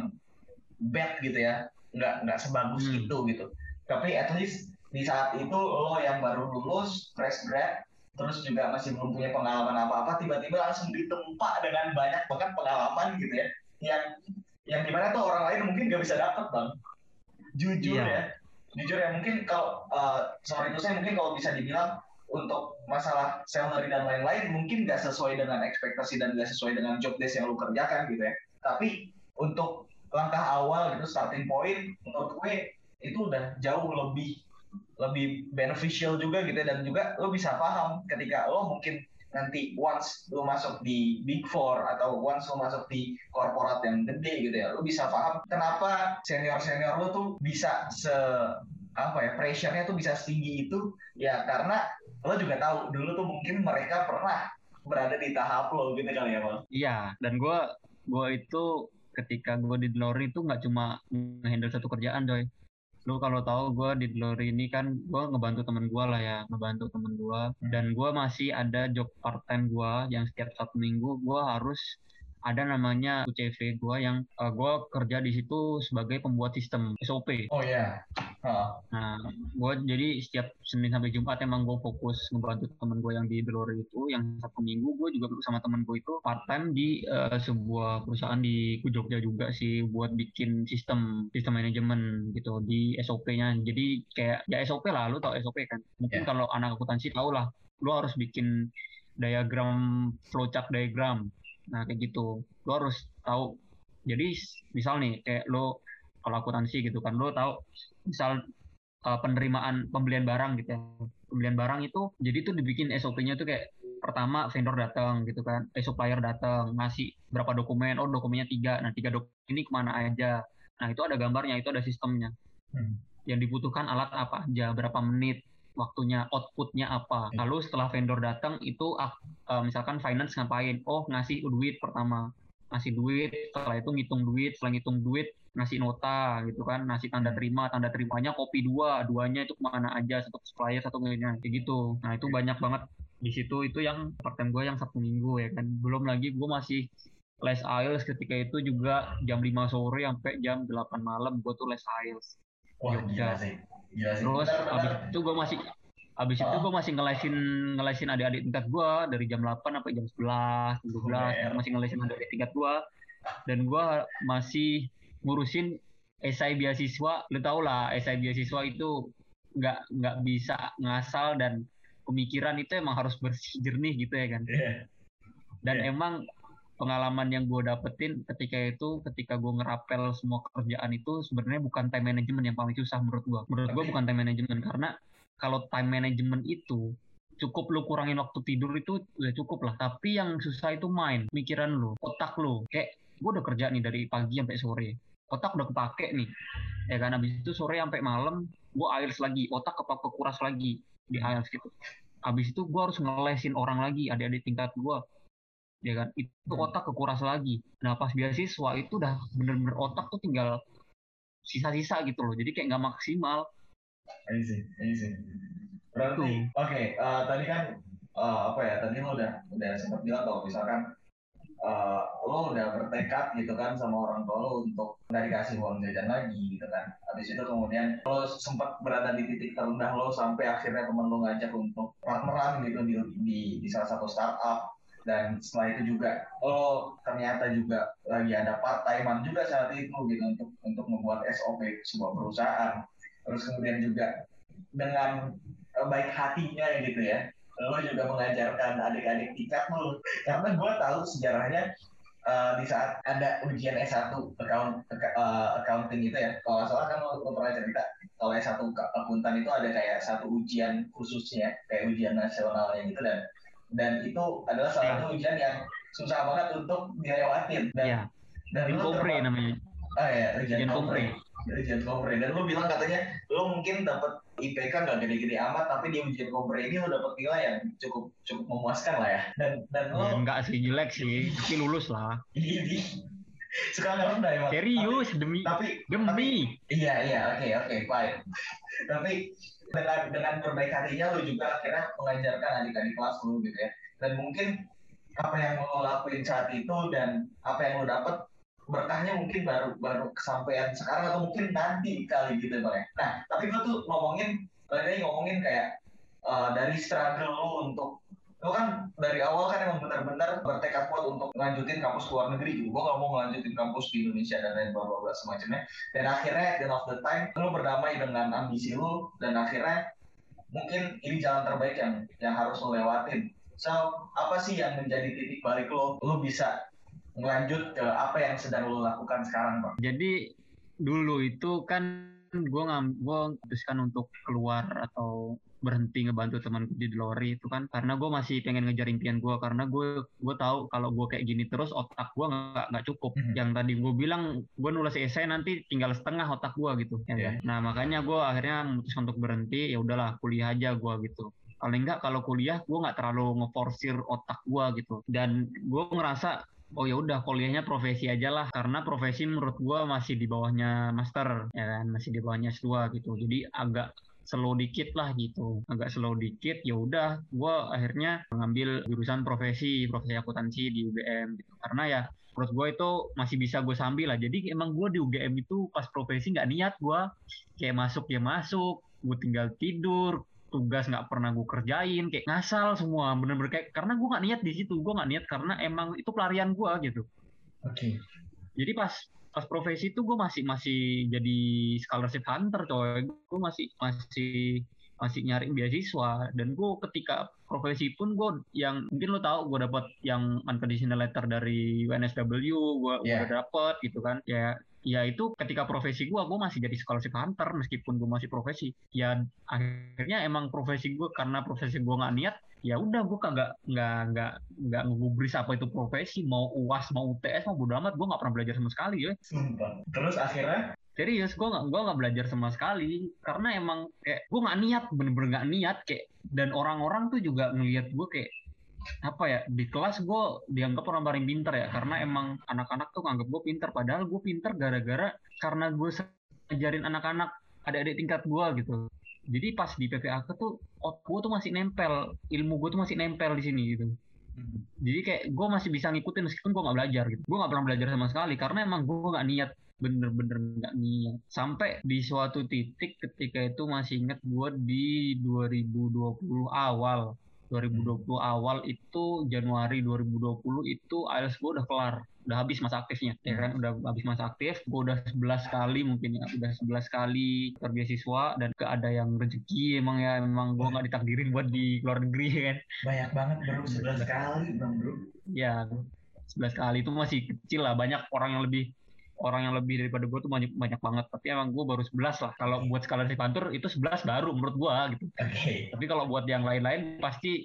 bad gitu ya, nggak nggak sebagus Hmm. itu gitu. Tapi at least di saat itu lo yang baru lulus fresh grad terus juga masih belum punya pengalaman apa-apa tiba-tiba langsung ditempa dengan banyak bahkan pengalaman gitu ya yang yang dimana tuh orang lain mungkin nggak bisa dapet bang, jujur Iya. ya, jujur ya mungkin kalau uh, sorry itu saya mungkin kalau bisa dibilang untuk masalah salary dan lain-lain mungkin nggak sesuai dengan ekspektasi dan nggak sesuai dengan job desk yang lu kerjakan gitu ya, tapi untuk langkah awal gitu starting point menurut gue itu udah jauh lebih lebih beneficial juga gitu ya, dan juga lo bisa paham ketika lo mungkin nanti once lu masuk di Big Four atau once lu masuk di korporat yang gede gitu ya, lu bisa paham kenapa senior-senior lu tuh bisa se apa ya pressure-nya tuh bisa setinggi itu ya, karena lo juga tahu dulu tuh mungkin mereka pernah berada di tahap lo gitu kali ya Bang. Iya, dan gue gue itu ketika gue di Delory itu nggak cuma nge-handle satu kerjaan, coy. Lu kalau tahu gue di Delory ini kan gue ngebantu temen gue lah ya, ngebantu temen gue. Dan gue masih ada job part time gue yang setiap satu minggu gue harus ada namanya U C V gue yang uh, gue kerja di situ sebagai pembuat sistem S O P. Oh iya. Huh. Nah, gue jadi setiap Senin sampai Jumat emang gue fokus ngebantu temen gue yang di Delory itu. Yang satu minggu gue juga sama temen gue itu part time di uh, sebuah perusahaan di Jogja juga sih buat bikin sistem sistem manajemen gitu di S O P-nya. Jadi kayak ya S O P lah, lu tau S O P kan? Mungkin yeah. Kalau anak akuntansi tau lah, lu harus bikin diagram flowchart diagram. Nah kayak gitu, lu harus tahu. Jadi misal nih kayak lu kalau akuntansi gitu kan, lu tahu misal uh, penerimaan pembelian barang gitu ya, pembelian barang itu jadi tuh dibikin S O P-nya tuh kayak pertama vendor datang gitu kan, eh supplier datang ngasih berapa dokumen, oh dokumennya tiga, nah tiga dokumen ini kemana aja, nah itu ada gambarnya, itu ada sistemnya, hmm. yang dibutuhkan alat apa aja, berapa menit waktunya, outputnya apa, lalu setelah vendor datang itu uh, misalkan finance ngapain, oh ngasih duit pertama, ngasih duit, setelah itu ngitung duit, setelah ngitung duit ngasih nota gitu kan, ngasih tanda terima, tanda terimanya kopi dua, duanya itu kemana aja, satu supplier satu kayaknya kayak gitu. Nah itu banyak banget di situ, itu yang part time gue yang Sabtu Minggu ya kan. Belum lagi gue masih les I E L T S ketika itu juga jam lima sore sampai jam delapan malam gue tuh les I E L T S. Wah gila sih. Gila sih. Terus Bentar, bentar. abis itu gue masih abis oh. itu gue masih ngelesin ngelesin adik-adik tingkat gue dari jam delapan sampai jam sebelas, jam dua belas, oh, masih ngelesin adik-adik tingkat gue. Dan gue masih ngurusin esai beasiswa. Lu tau lah esai beasiswa itu nggak nggak bisa ngasal, dan pemikiran itu emang harus bersih jernih gitu ya kan. Yeah. Dan yeah. Emang pengalaman yang gue dapetin ketika itu, ketika gue ngerapel semua kerjaan itu sebenarnya bukan time management yang paling susah menurut gue. Menurut gue bukan time management, karena kalau time management itu cukup lu kurangin waktu tidur itu udah cukup lah. Tapi yang susah itu mind, pikiran lu, otak lu. Kayak gue udah kerja nih dari pagi sampai sore, otak udah kepake nih, ya kan. Habis itu sore sampai malam gue I E L T S lagi, otak kepake kuras lagi di I E L T S gitu. Habis itu gue harus ngelesin orang lagi, adik-adik tingkat gue, ya kan. Itu otak kekuras lagi. Nah pas beasiswa itu udah bener-bener otak tuh tinggal sisa-sisa gitu loh, jadi kayak nggak maksimal. Ini sih, ini sih. Berarti, oke, okay, uh, tadi kan uh, apa ya? Tadi lo udah udah sempat bilang kalau misalkan uh, lo udah bertekad gitu kan sama orang tua lo untuk nggak dikasih uang jajan lagi gitu kan. Habis itu kemudian lo sempat berada di titik terendah lo sampai akhirnya temen lo ngajak untuk partneran gitu di, di di salah satu startup. Dan setelah itu juga lo ternyata juga lagi ada part time-an juga saat itu gitu untuk untuk membuat S O P sebuah perusahaan. Terus kemudian juga dengan uh, baik hatinya gitu ya, lo juga mengajarkan adik-adik tingkat lo, karena gue tahu sejarahnya uh, di saat ada ujian S satu account, uh, accounting itu ya, kalau nggak salah kan lo, lo pernah cerita kalau S satu akuntan itu ada kayak satu ujian khususnya kayak ujian nasionalnya gitu, dan dan itu adalah salah satu ujian yang susah banget untuk dilewatin, dan ya. dan lo kompre terpa- namanya ah ya ujian kompre ujian kompre kompre dan lo bilang katanya lo mungkin dapat I P K nggak gede-gede amat, tapi di ujian kompre ini lo dapet nilai yang cukup cukup memuaskan lah ya, dan dan lo ya, enggak sih jelek sih, tapi lulus lah. Ini suka rendah ya, serius tapi, demi tapi demi tapi, iya iya oke okay, oke okay, fine. Tapi dengan dengan berbaik hatinya lo juga akhirnya mengajarkan adik-adik kelas lo gitu ya, dan mungkin apa yang lo lakuin saat itu dan apa yang lo dapet berkahnya mungkin baru baru kesampaian sekarang atau mungkin nanti kali gitu Bang ya. Nah tapi gue tuh ngomongin tadi ngomongin kayak uh, dari struggle lo untuk lo kan dari awal kan emang benar-benar bertekad kuat untuk lanjutin kampus luar negeri gitu. Gue gak mau ngelanjutin kampus di Indonesia dan lain bla bla bla semacamnya. Dan akhirnya at the end of the time lo berdamai dengan ambisi lo, dan akhirnya mungkin ini jalan terbaik yang yang harus lo lewatin. So apa sih yang menjadi titik balik lo lo bisa ngelanjut ke apa yang sedang lo lakukan sekarang Bang? Jadi dulu itu kan gue ngam gue memutuskan untuk keluar atau berhenti ngebantu temanku di lori itu kan karena gue masih pengen ngejar impian gue karena gue gue tahu kalau gue kayak gini terus otak gue nggak nggak cukup. Mhm. Yang tadi gue bilang gue nulis esai nanti tinggal setengah otak gue gitu ya kan. Iya. Nah makanya gue akhirnya memutuskan untuk berhenti, ya udahlah kuliah aja gue gitu. Paling nggak kalau kuliah gue nggak terlalu ngeforsir otak gue gitu, dan gue ngerasa oh ya udah kuliahnya profesi aja lah karena profesi menurut gue masih di bawahnya master ya kan, masih di bawahnya S dua gitu, jadi agak slow dikit lah gitu, agak slow dikit. Ya udah gue akhirnya mengambil jurusan profesi profesi akuntansi di U G M gitu karena ya menurut gue itu masih bisa gue sambil lah. Jadi emang gue di U G M itu pas profesi nggak niat, gue kayak masuk ya masuk, gue tinggal tidur, tugas nggak pernah gue kerjain, kayak ngasal semua bener-bener kayak karena gue nggak niat di situ, gue nggak niat karena emang itu pelarian gue gitu. Oke. Okay. Jadi pas pas profesi itu gue masih masih jadi scholarship hunter coy, gue masih masih masih nyari beasiswa, dan gue ketika profesi pun gue yang mungkin lo tahu gue dapat yang unconditional letter dari U N S W, gue yeah. udah dapet gitu kan ya. Ya itu ketika profesi gue, gue masih jadi scholarship hunter meskipun gue masih profesi. Ya akhirnya emang profesi gue karena profesi gue nggak niat, ya udah gue kagak nggak nggak nggak ngegubris apa itu profesi, mau U A S mau U T S mau bodo amat, gue nggak pernah belajar sama sekali ya. Sumpah. Terus akhirnya? Serius, gue nggak gue nggak belajar sama sekali karena emang kayak gue nggak niat, bener-bener nggak niat kayak, dan orang-orang tuh juga ngelihat gue kayak apa ya, di kelas gue dianggap orang paling pinter ya karena emang anak-anak tuh nganggap gue pinter, padahal gue pinter gara-gara karena gue ngajarin anak-anak adik-adik tingkat gue gitu. Jadi pas di P P A K tuh otak gue tuh masih nempel, ilmu gue tuh masih nempel di sini gitu. Jadi kayak gue masih bisa ngikutin meskipun gue nggak belajar gitu. Gue nggak pernah belajar sama sekali karena emang gue nggak niat, bener-bener nggak niat. Sampai di suatu titik ketika itu masih inget gue di dua ribu dua puluh awal. dua ribu dua puluh awal itu Januari dua ribu dua puluh itu I E L T S gue udah kelar, udah habis masa aktifnya ya kan, udah habis masa aktif, gue udah sebelas kali mungkin ya, udah sebelas kali terbeasiswa, dan ke ada yang rezeki emang ya, emang gue nggak ditakdirin buat di luar negeri kan. Banyak banget bro, sebelas kali bang bro. Ya sebelas kali itu masih kecil lah, banyak orang yang lebih orang yang lebih daripada gue tuh banyak banyak banget, tapi emang gue baru sebelas lah. Kalau buat scholarship hunter itu sebelas baru menurut gue gitu. Okay. Tapi kalau buat yang lain-lain pasti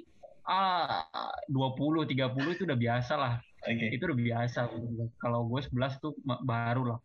ah dua puluh tiga puluh itu udah biasa lah. Okay. Itu udah biasa. Kalau gue sebelas tuh baru lah.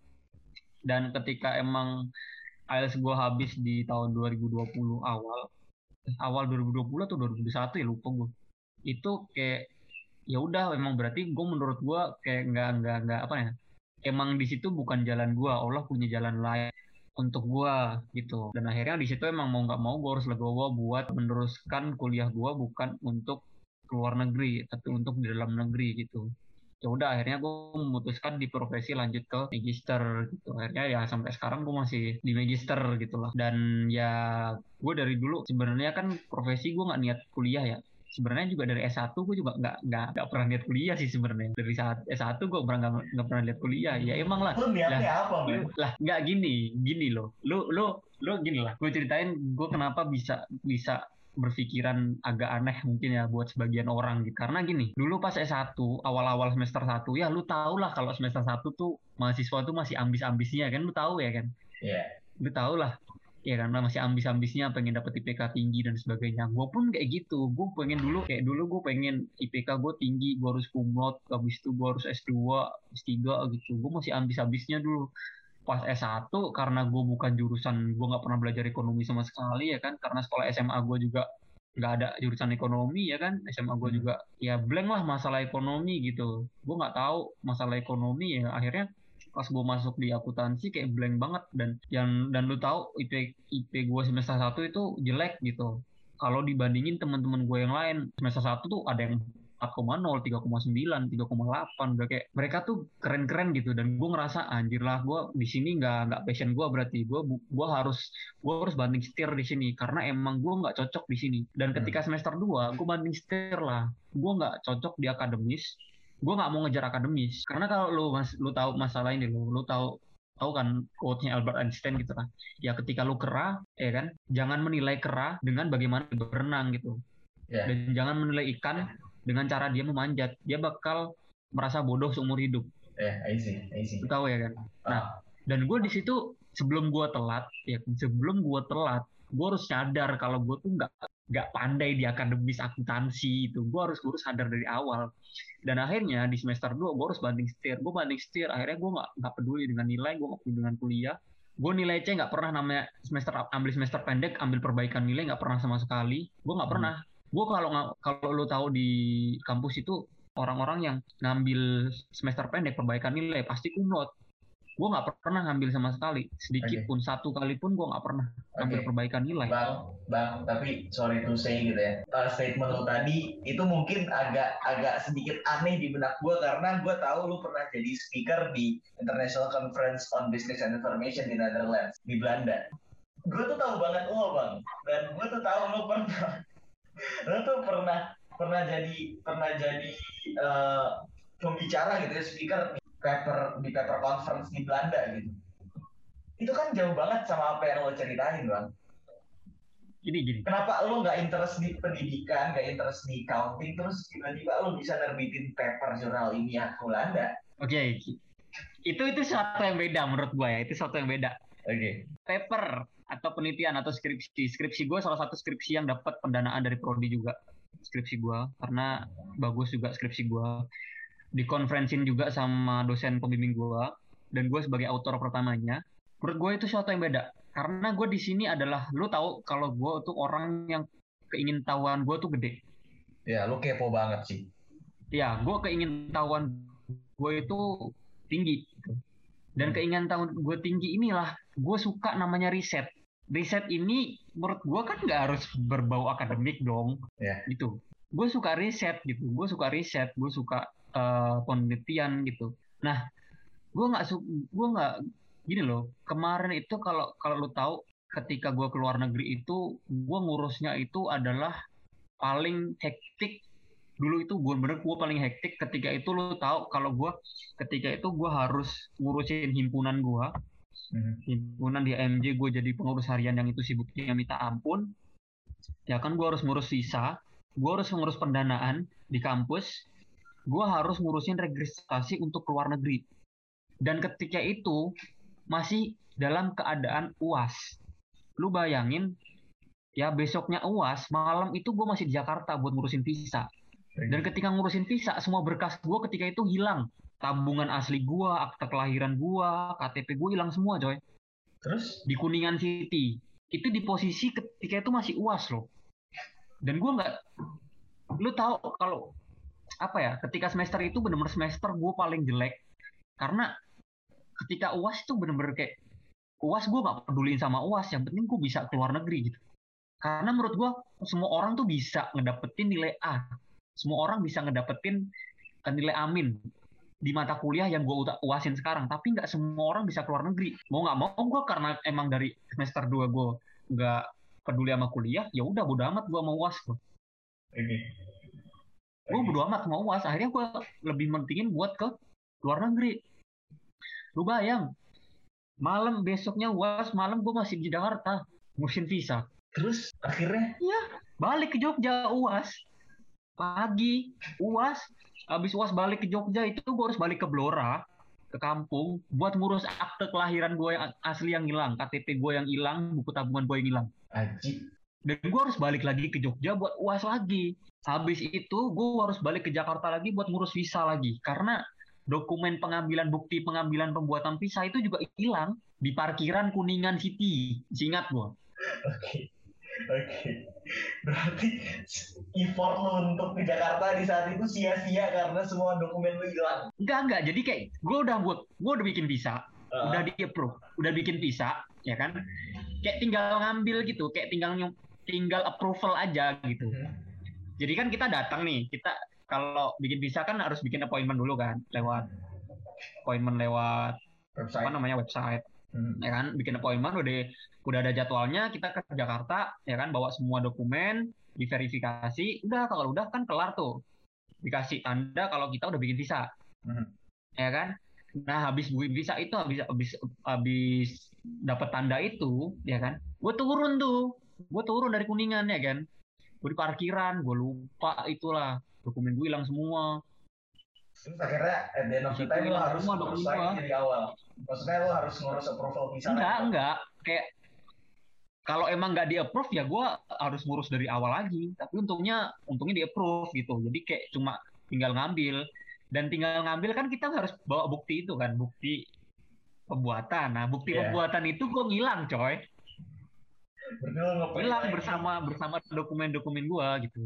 Dan ketika emang I E L T S gue habis di tahun dua ribu dua puluh awal awal dua ribu dua puluh atau dua ribu dua puluh satu ya lupa gue. Itu kayak ya udah, emang berarti gue menurut gue kayak nggak nggak nggak apa ya, emang di situ bukan jalan gue, Allah punya jalan lain untuk gue gitu. Dan akhirnya di situ emang mau nggak mau gue harus legowo buat meneruskan kuliah gue, bukan untuk keluar negeri tapi untuk di dalam negeri gitu. Ya udah akhirnya gue memutuskan di profesi lanjut ke magister gitu. Akhirnya ya sampai sekarang gue masih di magister gitulah. Dan ya gue dari dulu sebenarnya kan profesi gue nggak niat kuliah ya. Sebenarnya juga dari S satu gue juga nggak nggak nggak pernah lihat kuliah sih sebenarnya. Dari saat S satu gue pernah nggak nggak pernah lihat kuliah. Ya emang lah. Lu niatnya lah, apa, men? Lah nggak gini, gini loh. Lu lu lu gini lah. Gue ceritain gue kenapa bisa bisa berpikiran agak aneh mungkin ya buat sebagian orang gitu. Karena gini, dulu pas S satu, awal-awal semester satu, ya lu tau lah kalau semester satu tuh mahasiswa tuh masih ambis-ambisnya kan, lu tahu ya kan? Iya. Yeah. Lu tau lah. Ya karena masih ambis-ambisnya pengen dapet I P K tinggi dan sebagainya. Gue pun kayak gitu. Gue pengen dulu kayak dulu gue pengen I P K gue tinggi, gue harus cum laude, habis itu gue harus S dua, S tiga gitu. Gue masih ambis-ambisnya dulu. Pas S satu karena gue bukan jurusan, gue nggak pernah belajar ekonomi sama sekali ya kan, karena sekolah S M A gue juga nggak ada jurusan ekonomi ya kan, S M A gue hmm. juga ya blank lah masalah ekonomi gitu. Gue nggak tahu masalah ekonomi ya, akhirnya pas gue masuk di akuntansi kayak blank banget. Dan yang dan lu tahu I P I P gue semester satu itu jelek gitu. Kalau dibandingin teman-teman gue yang lain semester satu tuh ada yang empat koma nol, tiga koma sembilan, tiga koma delapan, udah kayak mereka tuh keren-keren gitu. Dan gue ngerasa anjir lah, gue di sini nggak nggak passion gue, berarti gue gue harus gue harus banting setir di sini karena emang gue nggak cocok di sini. Dan ketika semester dua gue banting setir lah, gue nggak cocok di akademis, gue nggak mau ngejar akademis. Karena kalau lu mas lu tahu masalah ini, lu lu tahu tahu kan quote-nya Albert Einstein gitu kan, ya ketika lu kera ya kan, jangan menilai kera dengan bagaimana berenang gitu. Yeah. Dan jangan menilai ikan dengan cara dia memanjat, dia bakal merasa bodoh seumur hidup. Ya, yeah, I see, I see. Lu tahu ya kan. Nah, uh. dan gue di situ sebelum gue telat, ya sebelum gue telat, gue harus sadar kalau gue tuh nggak nggak pandai di akademis akuntansi itu. Gue harus gue harus sadar dari awal. Dan akhirnya di semester dua gue harus banting setir. Gue banting setir. Akhirnya gue nggak nggak peduli dengan nilai, gue nggak peduli dengan kuliah. Gue nilai C nggak pernah, namanya semester ambil semester pendek, ambil perbaikan nilai nggak pernah sama sekali. Gue nggak pernah. Gue kalau nggak kalau lo tahu di kampus itu orang-orang yang ngambil semester pendek perbaikan nilai pasti kumlot. Gue nggak pernah ngambil sama sekali, sedikit Oke. pun, satu kali pun gue nggak pernah ngambil Oke. perbaikan nilai. Bang, bang, tapi sorry to say gitu ya. Uh, statement lo tadi itu mungkin agak agak sedikit aneh di benak gue karena gue tahu lo pernah jadi speaker di International Conference on Business and Information di Netherlands, di Belanda. Gue tuh tahu banget lo bang, dan gue tuh tahu lo pernah, lo tuh pernah pernah jadi pernah jadi uh, pembicara gitu ya, speaker di paper di paper conference di Belanda gitu. Itu kan jauh banget sama apa yang lo ceritain bang. Gini gini. Kenapa lo nggak interest di pendidikan, nggak interest di accounting, terus tiba-tiba lo bisa nerbitin paper jurnal ilmiah Belanda? Oke, okay. itu itu sesuatu yang beda menurut gue ya, itu sesuatu yang beda. Oke. Okay. Paper atau penelitian atau skripsi, skripsi gue salah satu skripsi yang dapat pendanaan dari prodi juga, skripsi gue, karena bagus juga skripsi gue. Dikonferensin juga sama dosen pembimbing gue, dan gue sebagai autor pertamanya. Menurut gue itu sesuatu yang beda, karena gue di sini adalah, lu tahu kalau gue tuh orang yang keingintahuan gue tuh gede. Ya, lu kepo banget sih. Ya, gue keingintahuan gue itu tinggi. Dan keingintahuan gue tinggi inilah, gue suka namanya riset. Riset ini menurut gue kan nggak harus berbau akademik dong, yeah. gitu. Gue suka riset gitu, gue suka riset, gue suka uh, penelitian gitu. Nah, gue nggak su, gue nggak gini loh. Kemarin itu kalau kalau lo tahu, ketika gue keluar negeri itu, gue ngurusnya itu adalah paling hektik. Dulu itu gue bener gue paling hektik. Ketika itu lo tahu kalau gue ketika itu gue harus ngurusin himpunan gue. Hmm. Himpunan di A M J, gue jadi pengurus harian yang itu sibuknya minta ampun. Ya kan, gue harus ngurus visa, gue harus ngurus pendanaan di kampus, gue harus ngurusin registrasi untuk keluar negeri. Dan ketika itu masih dalam keadaan U A S. Lu bayangin, ya besoknya U A S, malam itu gue masih di Jakarta buat ngurusin visa. Dan ketika ngurusin visa, semua berkas gue ketika itu hilang. Tabungan asli gue, akta kelahiran gue, K T P gue hilang semua, coy. Terus? Di Kuningan City. Itu di posisi ketika itu masih U A S loh. Dan gue nggak, lu tahu kalau apa ya, ketika semester itu benar-benar semester gue paling jelek. Karena ketika U A S itu benar-benar kayak, U A S gue nggak peduliin sama U A S, yang penting gue bisa keluar negeri gitu. Karena menurut gue semua orang tuh bisa ngedapetin nilai A. Semua orang bisa ngedapetin nilai amin di mata kuliah yang gue uasin sekarang, tapi nggak semua orang bisa keluar negeri. Mau nggak mau gue, karena emang dari semester dua gue nggak peduli sama kuliah, ya udah bodo amat gue mau U A S gue. Okay. Gue bodo amat mau U A S, akhirnya gue lebih mentingin buat ke luar negeri. Lu bayang, malam besoknya U A S, malam gue masih di Jakarta ngurusin visa. Terus akhirnya? Iya, balik ke Jogja U A S. Pagi U A S, habis U A S balik ke Jogja itu gue harus balik ke Blora, ke kampung, buat ngurus akte kelahiran gue yang asli yang hilang, K T P gue yang hilang, buku tabungan gue yang hilang. Ajib. Dan gue harus balik lagi ke Jogja buat U A S lagi. Habis itu gue harus balik ke Jakarta lagi buat ngurus visa lagi, karena dokumen pengambilan bukti pengambilan pembuatan visa itu juga hilang di parkiran Kuningan City. Ingat gue. Oke. Oke, berarti effort lo untuk ke Jakarta di saat itu sia-sia karena semua dokumen lo hilang. Enggak enggak, jadi kayak gue udah buat, gue udah bikin visa, uh. udah di approve, udah bikin visa, ya kan? Kayak tinggal ngambil gitu, kayak tinggal tinggal approval aja gitu. Hmm. Jadi kan kita datang nih, kita kalau bikin visa kan harus bikin appointment dulu kan, lewat appointment lewat website. Apa namanya website. Hmm. Ya kan, bikin appointment, udah udah ada jadwalnya, kita ke Jakarta, ya kan, bawa semua dokumen, diverifikasi, udah, kalau udah kan kelar tuh, dikasih tanda kalau kita udah bikin visa. Hmm. Ya kan. Nah, habis bikin visa itu, habis habis habis dapat tanda itu, ya kan, gue turun tuh, gue turun dari Kuningan, ya kan, gue di parkiran, gue lupa itulah, dokumen gue hilang semua. Terus akhirnya at the end of the time lo harus ngurus lagi dari awal. Maksudnya lo harus ngurus approval visa. Enggak, enggak. Kayak kalau emang nggak di-approve ya gue harus ngurus dari awal lagi. Tapi untungnya untungnya di-approve gitu. Jadi kayak cuma tinggal ngambil. Dan tinggal ngambil kan kita harus bawa bukti itu kan, bukti pembuatan. Nah, bukti Iya. pembuatan itu gue ngilang, coy. Berarti lu ngeprint Hilang lagi. bersama bersama dokumen-dokumen gue gitu.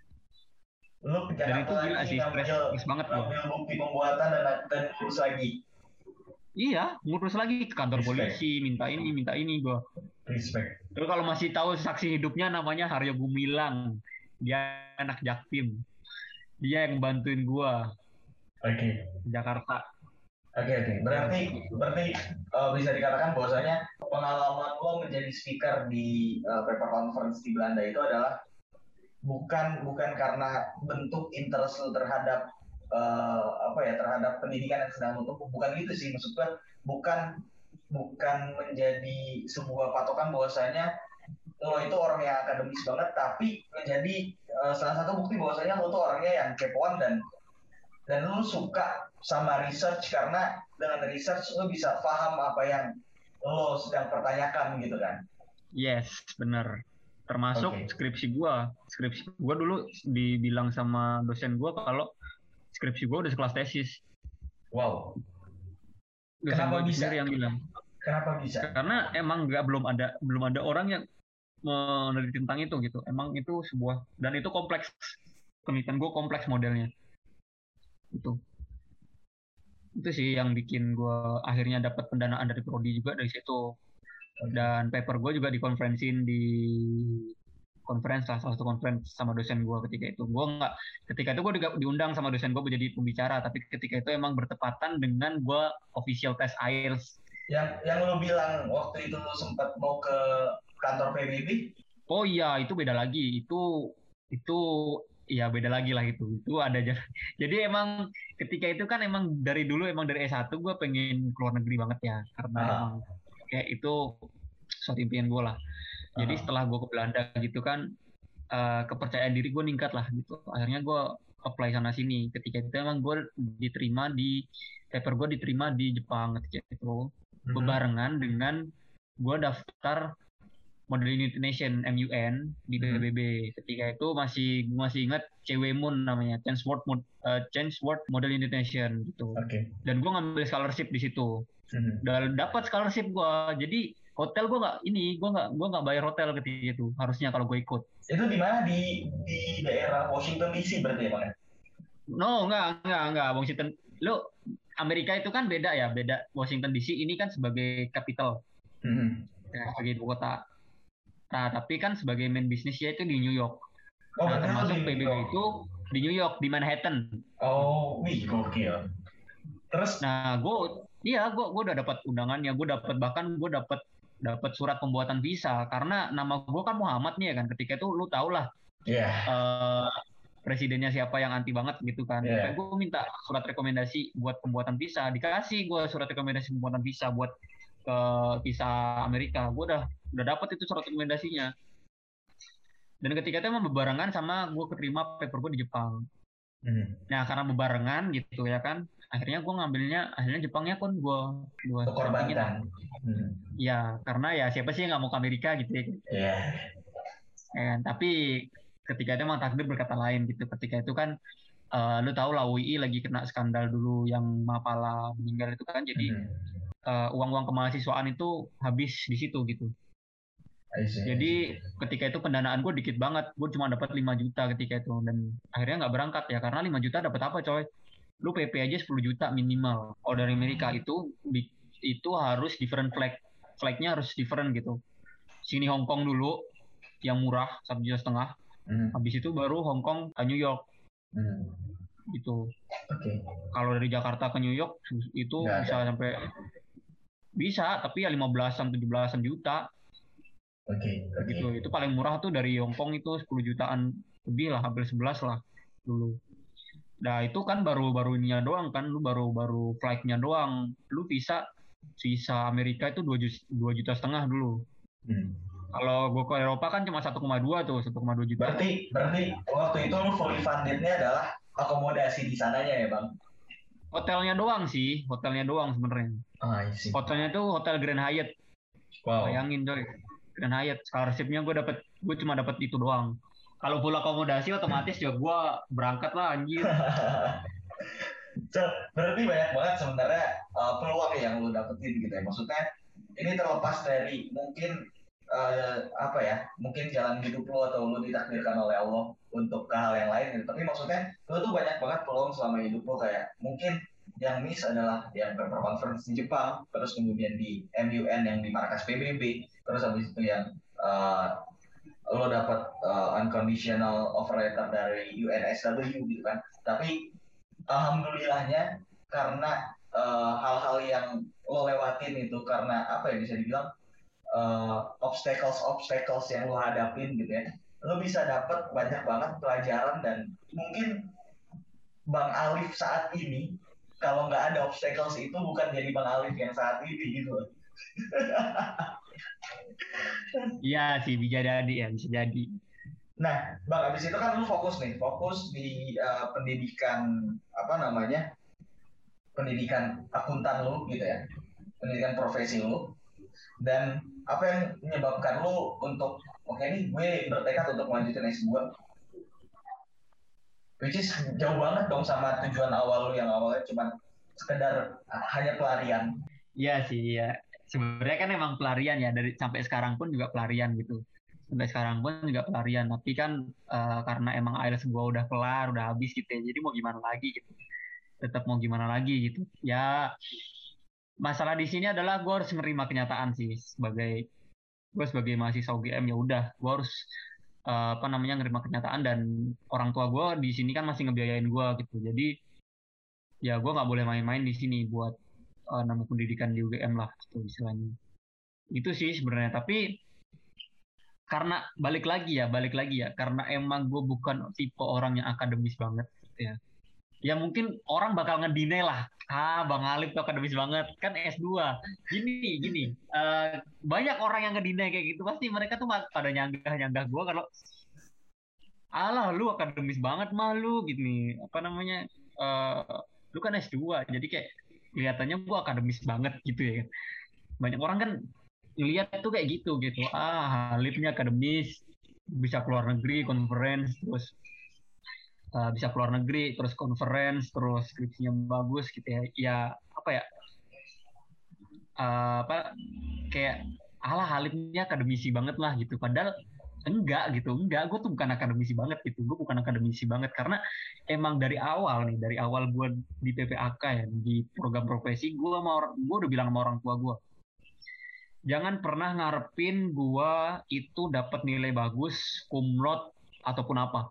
Lu ke Dan itu Jakarta gila lagi sih, stres, ngambil stres banget gue. ngambil bukti pembuatan dan dan ngurus lagi. Iya, ngurus lagi ke kantor Respect. polisi, minta ini, minta ini gue. Respect. Terus kalau masih tahu saksi hidupnya namanya Haryo Gumilang. Dia anak Jaktim. Dia yang bantuin gue Oke. Okay. di Jakarta. Oke okay, oke. Okay. Berarti berarti uh, bisa dikatakan bahwasanya pengalaman lo menjadi speaker di uh, paper conference di Belanda itu adalah bukan bukan karena bentuk interest lo terhadap uh, apa ya terhadap pendidikan yang sedang lo tempuh, bukan gitu sih maksud gue, bukan bukan menjadi sebuah patokan bahwasanya lo itu orang yang akademis banget, tapi menjadi uh, salah satu bukti bahwasanya lo tuh orangnya yang kepoan dan dan lo suka sama research, karena dengan research lo bisa paham apa yang lo sedang pertanyakan gitu kan. Yes, bener. Termasuk Oke. skripsi gua. Skripsi gua dulu dibilang sama dosen gua kalau skripsi gua udah sekelas tesis. Wow. Dosen Kenapa gua bisa? sendiri yang bilang. Kenapa bisa? Karena emang nggak belum ada belum ada orang yang meneliti tentang itu gitu. Emang itu sebuah, dan itu kompleks. Penelitian gua kompleks modelnya. Itu. Itu sih yang bikin gua akhirnya dapat pendanaan dari prodi juga dari situ. Dan paper gue juga dikonferensin di conference lah, salah satu conference sama dosen gue ketika itu. Gue nggak, ketika itu gue diundang sama dosen gue menjadi pembicara, tapi ketika itu emang bertepatan dengan gue official test I E L T S. Yang yang lo bilang waktu itu lo sempat mau ke kantor P B B? Oh iya, itu beda lagi. Itu itu ya beda lagi lah itu. Itu ada aja. Jadi emang ketika itu kan emang dari dulu emang dari S satu gue pengen keluar negeri banget ya, karena Ah. emang kayak itu suatu impian gue lah. Jadi Ah. setelah gue ke Belanda gitu kan, uh, kepercayaan diri gue ningkat lah gitu. Akhirnya gue apply sana sini. Ketika itu emang gue diterima di paper gue diterima di Jepang ketika itu. Mhm. Bebarengan dengan gue daftar Model Unit Nation M U N di P B B. Ketika itu masih masih ingat C W M U N namanya, Change World Mod, uh, Change World Model Unit Nation gitu. Oke. Dan gue ngambil scholarship di situ. Mhm. Dan dapat scholarship gue. Jadi hotel gue nggak ini, gue nggak gue nggak bayar hotel ketika itu. Harusnya kalau gue ikut. Itu di mana, di di daerah Washington D C berarti ya Bang? No, nggak nggak nggak Washington. Lo Amerika itu kan beda ya, beda. Washington D C ini kan sebagai capital, Mhm. ya, sebagai ibu kota. Nah, tapi kan sebagai main bisnisnya itu di New York. Oh, Nah, berarti termasuk lo di P B New B York. itu di New York, di Manhattan. Oh, wih gokil. Terus? Nah, gue, iya, gue, gue udah dapat undangannya, gue dapat bahkan gue dapat dapat surat pembuatan visa karena nama gue kan Muhammad nih ya kan. Ketika itu lu tau lah, Iya. uh, presidennya siapa yang anti banget gitu kan. Yeah. Sampai gue minta surat rekomendasi buat pembuatan visa, dikasih gue surat rekomendasi pembuatan visa buat ke uh, visa Amerika. Gue udah udah dapat itu surat rekomendasinya. Dan ketika itu emang bebarengan sama gue keterima paper gue di Jepang. Hmm. Nah karena bebarengan gitu ya kan, akhirnya gue ngambilnya, akhirnya Jepangnya kan gue gue korbankan. Hmm. Ya karena ya siapa sih yang nggak mau ke Amerika gitu ya. Iya. Yeah. Tapi ketika itu emang takdir berkata lain gitu. Ketika itu kan uh, lu tahu lah U I lagi kena skandal dulu yang Mapala meninggal itu kan, jadi hmm. uh, uang-uang kemahasiswaan itu habis di situ gitu. Jadi ketika itu pendanaan gue dikit banget, gue cuma dapat lima juta ketika itu, dan akhirnya nggak berangkat ya karena lima juta dapat apa coy? Lu P P aja sepuluh juta minimal. Kalau dari Amerika itu itu harus different flag, flagnya harus different gitu. Sini Hong Kong dulu yang murah satu juta setengah, hmm. habis itu baru Hong Kong ke New York, hmm. gitu. Okay. Kalau dari Jakarta ke New York itu nggak bisa ada. Sampai bisa, tapi ya lima belasan tujuh belasan juta. Oke, okay, okay. Gitu. Itu paling murah tuh dari Hong Kong itu sepuluh jutaan lebih lah, hampir sebelas lah dulu. Nah itu kan baru-baru ininya doang kan, lu baru-baru flightnya doang. Lu visa visa Amerika itu dua juta setengah dulu. Hmm. Kalau gue ke Eropa kan cuma satu koma dua tuh, satu koma dua juta. Berarti berarti waktu itu lu fully funded-nya adalah akomodasi di sananya ya Bang? Hotelnya doang sih, hotelnya doang sebenarnya. Ah, isi. Hotelnya tuh Hotel Grand Hyatt. Wow. Bayangin coy. dengan Hyatt. Scholarship-nya gue dapet, gue cuma dapat itu doang. Kalau full akomodasi otomatis ya gue berangkat lah anjir. So, berarti banyak banget sebenarnya uh, peluang yang lu dapetin gitu ya. Maksudnya ini terlepas dari mungkin uh, apa ya, mungkin jalan hidup lu atau lu ditakdirkan oleh Allah untuk ke hal yang lain gitu. Tapi maksudnya lu tuh banyak banget peluang selama hidup lu, kayak mungkin yang miss adalah yang paper conference di Jepang, terus kemudian di M U N yang di markas P B B, terus habis itu yang uh, lo dapat uh, unconditional offer letter dari U N S W gitu kan. Tapi alhamdulillahnya karena uh, hal-hal yang lo lewatin itu, karena apa ya, bisa dibilang uh, obstacles obstacles yang lo hadapin gitu ya, lo bisa dapat banyak banget pelajaran. Dan mungkin Bang Alif saat ini kalau nggak ada obstacles itu bukan jadi Bang Alif yang saat ini gitu. Iya sih, bisa jadi ya, bisa jadi. Nah, Bang, abis itu kan lu fokus nih, fokus di uh, pendidikan apa namanya, pendidikan akuntan lu gitu ya, pendidikan profesi lu. Dan apa yang menyebabkan lu untuk oke okay, nih gue bertekad untuk melanjutin S dua, which is jauh banget dong sama tujuan awal lu yang awalnya cuma sekedar uh, hanya pelarian. Iya sih, ya. Sebenarnya kan emang pelarian ya, dari sampai sekarang pun juga pelarian gitu. Sampai sekarang pun juga pelarian, tapi kan uh, karena emang I E L T S gue udah kelar, udah habis gitu ya, jadi mau gimana lagi gitu. Tetap mau gimana lagi gitu. Ya, masalah di sini adalah gue harus menerima kenyataan sih, sebagai gue sebagai mahasiswa U G M. Ya udah, gue harus uh, apa namanya menerima kenyataan, dan orang tua gue di sini kan masih ngebiayain gue gitu. Jadi ya gue nggak boleh main-main di sini buat uh, nambah pendidikan di U G M lah gitu istilahnya. Itu sih sebenarnya. Tapi karena balik lagi ya, balik lagi ya, karena emang gue bukan tipe orang yang akademis banget gitu ya. Ya mungkin orang bakal ngedinai lah, ah Bang Alif tuh akademis banget, kan S dua. Gini, gini, uh, banyak orang yang ngedinai kayak gitu, pasti mereka tuh pada nyanggah-nyanggah gue kalau alah lu akademis banget mah lu gini, apa namanya, uh, lu kan S dua, jadi kayak kelihatannya gue akademis banget gitu ya. Banyak orang kan ngelihat tuh kayak gitu gitu, ah Halifnya akademis, bisa keluar negeri conference, terus uh, bisa keluar negeri terus conference, terus skripsinya bagus gitu ya. Ya apa ya, uh, apa kayak alah Halifnya akademisi banget lah gitu, padahal enggak gitu, enggak, gue tuh bukan akademisi banget gitu, gue bukan akademisi banget karena emang dari awal nih, dari awal gue di P P A K ya, di program profesi, gue mau gue udah bilang sama orang tua gue, jangan pernah ngarepin gua itu dapat nilai bagus, cum laude ataupun apa.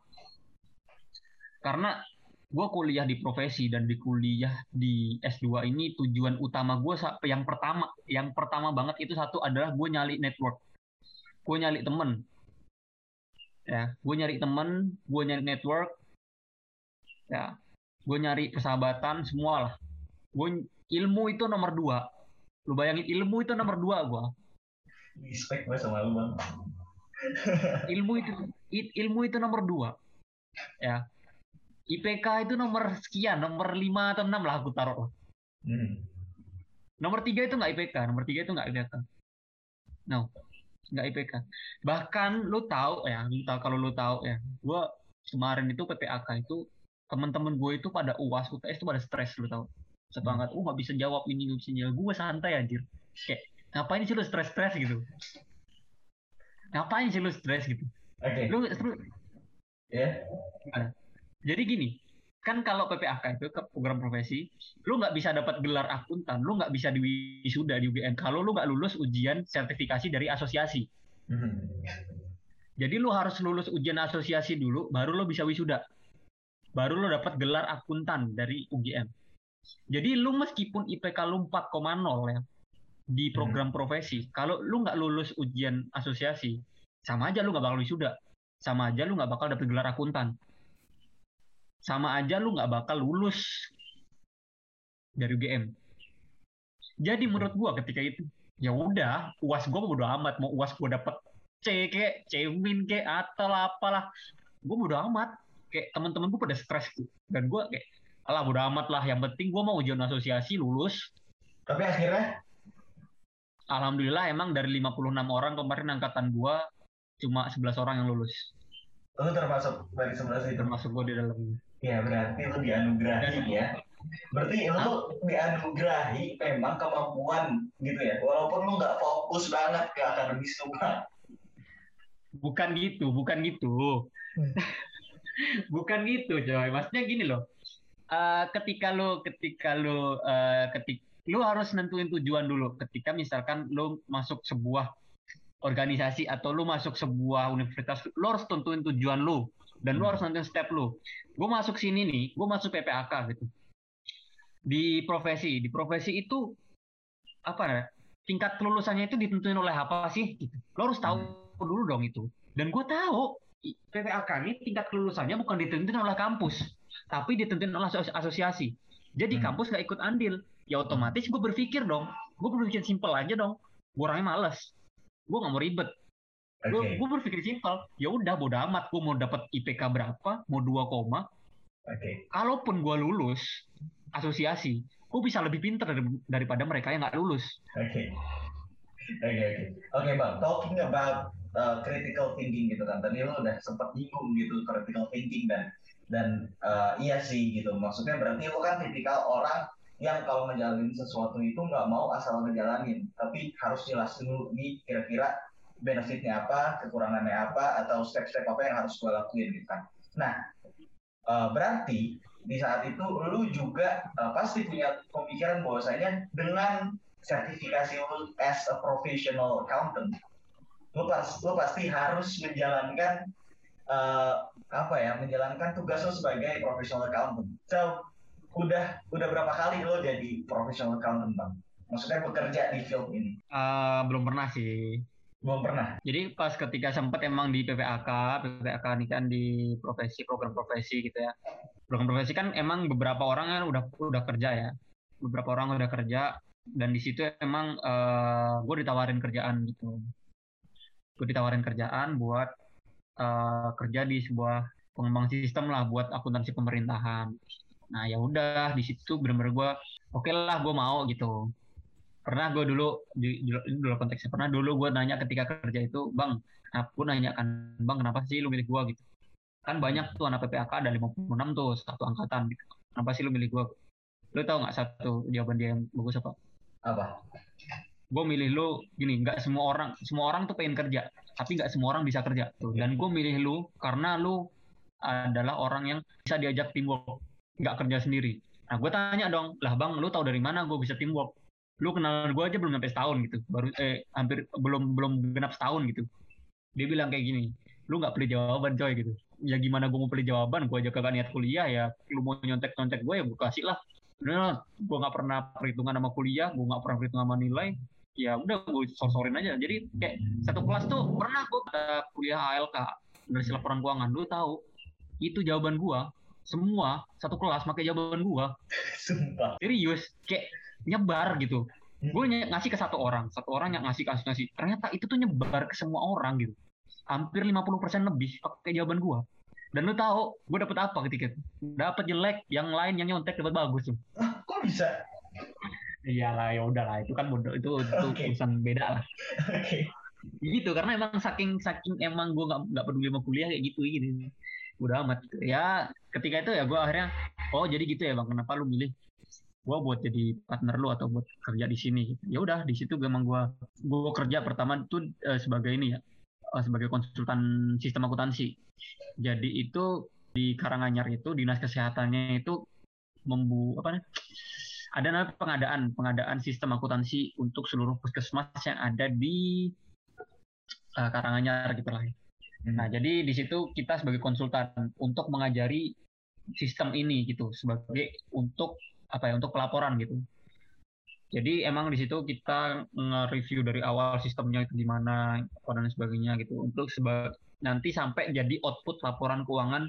Karena gua kuliah di profesi dan di kuliah di S dua ini tujuan utama gua yang pertama, yang pertama banget itu satu adalah gua nyali network. Gua nyali temen. Ya, gua nyari temen, gua nyari network. Ya, gua nyari persahabatan, semua lah. Gua ilmu itu nomor dua. Lu bayangin, ilmu itu nomor dua gua. Respect gue sama lu, Bang. ilmu itu ilmu itu nomor dua. Ya. I P K itu nomor sekian, nomor lima atau enam lah aku taruh. Hmm. Nomor tiga itu nggak I P K, nomor tiga itu nggak I P K. No, nggak I P K. Bahkan lu tahu ya, lu tahu kalau lu tahu ya, gue kemarin itu P P A K itu teman-teman gue itu pada U A S, U T S itu pada stres, lu tahu. Sebanget, uh nggak bisa jawab ini, nggak bisa jawab. Gue santai anjir. Kayak ngapain sih lu stres-stres gitu? Ngapain sih lu stres gitu? Oke. Okay. Lu, lu ya. Yeah. Jadi gini, kan kalau P P A K itu ke program profesi, lu nggak bisa dapat gelar akuntan, lu nggak bisa diwisuda di U G M kalau lu nggak lulus ujian sertifikasi dari asosiasi. Hmm. Jadi lu harus lulus ujian asosiasi dulu, baru lu bisa wisuda. Baru lu dapat gelar akuntan dari U G M. Jadi lu meskipun I P K lu empat koma nol ya di program hmm. profesi, kalau lu nggak lulus ujian asosiasi, sama aja lu nggak bakal wisuda, sama aja lu nggak bakal dapat gelar akuntan, sama aja lu nggak bakal lulus dari U G M. Jadi menurut gua ketika itu, ya udah, U A S gua bodo amat, mau U A S gua dapat C ke, C min ke, atau apalah, gua bodo amat. Kayak teman-teman gua pada stres tuh, dan gua kayak, alah bodo amat lah, yang penting gua mau ujian asosiasi lulus. Tapi akhirnya? alhamdulillah emang dari lima puluh enam orang kemarin angkatan gua cuma sebelas orang yang lulus. Lu termasuk dari sebelas itu? Termasuk gua di dalamnya. Ya berarti lu dianugerahi ya. Berarti lu Hah? dianugerahi memang kemampuan gitu ya. Walaupun lu nggak fokus banget ke akademis lu, Bang. Bukan gitu, bukan gitu. Bukan gitu, coy. Maksudnya gini loh. Uh, ketika lu ketika lu uh, ketik lu harus nentuin tujuan dulu. Ketika misalkan lu masuk sebuah organisasi atau lu masuk sebuah universitas, lu harus tentuin tujuan lu dan lu harus nentuin step lu. Gue masuk sini nih, gue masuk P P A K gitu. Di profesi, di profesi itu apa ya? Tingkat kelulusannya itu ditentuin oleh apa sih? Gitu. Lo harus tahu dulu dong itu. Dan gue tahu P P A K ini tingkat kelulusannya bukan ditentuin oleh kampus, tapi ditentuin oleh asosiasi. Jadi hmm. kampus nggak ikut andil, ya otomatis gue berpikir dong, gue berpikir simpel aja dong. Gue orangnya males, gue nggak mau ribet. Gue okay. gue berpikir simpel, ya udah bodo amat, gue mau dapat I P K berapa, mau dua koma. Okay. Kalaupun gue lulus asosiasi, gue bisa lebih pintar dari, daripada mereka yang nggak lulus. Oke, oke, oke, oke bang. Talking about uh, critical thinking gitu kan, tadi lo udah sempat bingung gitu critical thinking dan dan uh, iya sih gitu. Maksudnya berarti lo kan tipikal orang yang kalau ngejalanin sesuatu itu nggak mau asal ngejalanin, tapi harus jelasin dulu nih kira-kira benefitnya apa, kekurangannya apa, atau step-step apa yang harus gue lakuin gitu kan. Nah, uh, berarti di saat itu lu juga uh, pasti punya pemikiran bahwasanya dengan sertifikasi lu as a professional accountant, lu, pas, lu pasti harus menjalankan uh, apa ya, menjalankan tugas lu sebagai professional accountant. So, udah udah berapa kali lu jadi professional accountant, Bang? Maksudnya bekerja di field ini? Uh, belum pernah sih. Belum pernah. Jadi pas ketika sempat emang di P P A K, P P A K ini kan di profesi, program profesi gitu ya. Program profesi kan emang beberapa orang kan udah udah kerja ya. Beberapa orang udah kerja dan di situ emang uh, gue ditawarin kerjaan gitu. Gue ditawarin kerjaan buat uh, kerja di sebuah pengembang sistem lah buat akuntansi pemerintahan. Nah ya udah di situ benar-benar gue oke okay lah gue mau gitu. Pernah gue dulu di, di dulu konteksnya pernah dulu gue nanya ketika kerja itu, bang, aku nanya kan, bang kenapa sih lu milih gue gitu? Kan banyak tuh anak P P A K ada lima puluh enam tuh satu angkatan gitu. Kenapa sih lu milih gue? Lu tahu nggak satu jawaban dia yang bagus apa? Apa? Gue milih lu gini, nggak semua orang semua orang tuh pengen kerja, tapi nggak semua orang bisa kerja tuh. Dan gue milih lu karena lu adalah orang yang bisa diajak teamwork, nggak kerja sendiri. Nah gue tanya dong, lah bang, lu tahu dari mana gue bisa teamwork? Lu kenal gue aja belum sampai setahun gitu, baru eh hampir belum belum genap setahun gitu. Dia bilang kayak gini, lu nggak pilih jawaban coy gitu. Ya gimana gue mau pilih jawaban, gue aja kagak niat kuliah ya, lu mau nyontek-nyontek gue ya gue kasih lah. Nah, gue nggak pernah perhitungan sama kuliah, gue nggak pernah perhitungan sama nilai, ya udah gue sor-sorin aja. Jadi kayak satu kelas tuh pernah gue ada kuliah A L K dari laporan keuangan, lu tahu itu jawaban gue semua satu kelas pakai jawaban gue. Sumpah. Serius, kayak nyebar gitu. Gue ngasih ke satu orang, satu orang yang ngasih ngasih ngasih. Ternyata itu tuh nyebar ke semua orang gitu. Hampir lima puluh persen lebih pakai jawaban gue. Dan lu tahu, gue dapet apa ketika itu? Dapet jelek, yang lain yang nyontek dapat bagus tuh. Ah, kok bisa? Iyalah, ya udahlah, itu kan bodoh, itu itu okay. Urusan beda lah. Oke. Okay. Gitu, karena emang saking saking emang gue nggak nggak peduli sama kuliah kayak gitu gitu. Udah amat. Gitu. Ya, ketika itu ya gue akhirnya, oh jadi gitu ya bang, kenapa lu milih gue buat jadi partner lu atau buat kerja di sini? Ya udah, di situ emang gue gue kerja pertama itu uh, sebagai ini ya. sebagai konsultan sistem akuntansi. Jadi itu di Karanganyar itu dinas kesehatannya itu membu apa nih? Ada namanya pengadaan pengadaan sistem akuntansi untuk seluruh puskesmas yang ada di uh, Karanganyar gitu lah. Hmm. Nah, jadi di situ kita sebagai konsultan untuk mengajari sistem ini gitu sebagai untuk apa ya? Untuk pelaporan gitu. Jadi emang di situ kita nge-review dari awal sistemnya itu gimana, dan sebagainya gitu. Untuk seba- nanti sampai jadi output laporan keuangan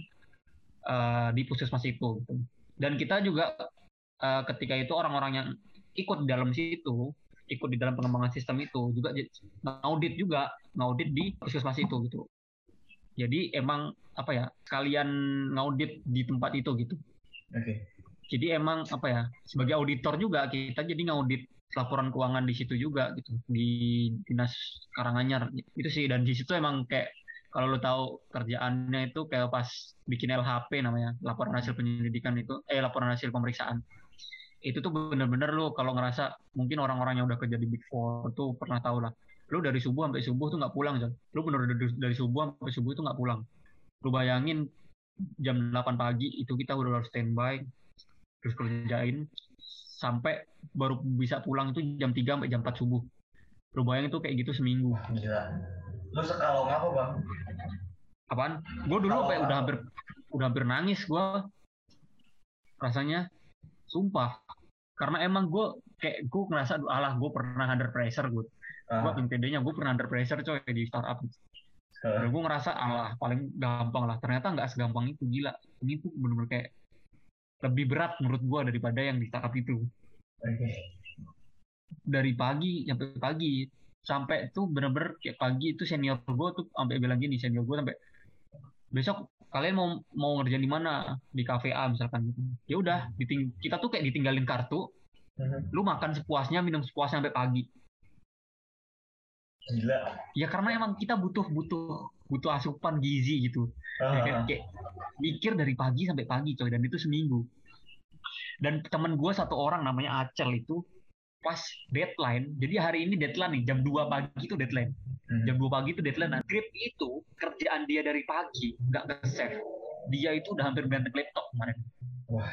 uh, di puskesmas itu. Gitu. Dan kita juga uh, ketika itu orang-orang yang ikut di dalam situ, ikut di dalam pengembangan sistem itu juga ngaudit juga, ngaudit di puskesmas itu gitu. Jadi emang apa ya, kalian ngaudit di tempat itu gitu. Oke. Okay. Jadi emang apa ya, sebagai auditor juga kita jadi ngaudit laporan keuangan di situ juga gitu, di Dinas Karanganyar itu sih. Dan di situ emang kayak kalau lo tahu kerjaannya itu kayak pas bikin L H P namanya, laporan hasil penyelidikan itu, eh laporan hasil pemeriksaan. Itu tuh bener-bener lo kalau ngerasa mungkin orang-orang yang udah kerja di Big Four tuh pernah tahu lah. Lo dari subuh sampai subuh tuh nggak pulang, John. Lo bener dari, dari subuh sampai subuh itu nggak pulang. Lo bayangin jam delapan pagi itu kita udah harus standby, terus kerjain sampai baru bisa pulang itu jam tiga sampai jam empat subuh. Lo bayangin tuh kayak gitu seminggu. Gila. Lu sekalong apa bang? Apaan? Gue dulu Kalau kayak udah apa? hampir udah hampir nangis gue rasanya, sumpah. Karena emang gue kayak gue ngerasa aduh alah gue pernah under pressure gue. Gue Ah, P D nya gue pernah under pressure coy di startup. Dan eh, gue ngerasa alah paling gampang lah. Ternyata nggak segampang itu, gila. Ini tuh bener-bener kayak lebih berat menurut gue daripada yang di startup itu. Oke. Dari pagi sampai pagi sampai tuh bener-bener kayak pagi itu senior gue tuh sampai bilang gini, senior gue sampai besok kalian mau mau ngerjain di mana, di kafe A misalkan gitu. Ya udah diting kita tuh kayak ditinggalin kartu, Mhm. lu makan sepuasnya, minum sepuasnya sampai pagi. Gila. Ya karena emang kita butuh butuh butuh asupan gizi gitu. Ya kan Ah, kayak mikir dari pagi sampai pagi coy, dan itu seminggu. Dan temen gue satu orang namanya Acel itu pas deadline, jadi hari ini deadline nih jam dua pagi itu deadline. mhm. Jam dua pagi itu deadline. Nah, Grip itu kerjaan dia dari pagi nggak nge-save. Dia itu udah hampir ganti laptop kemarin. Wah.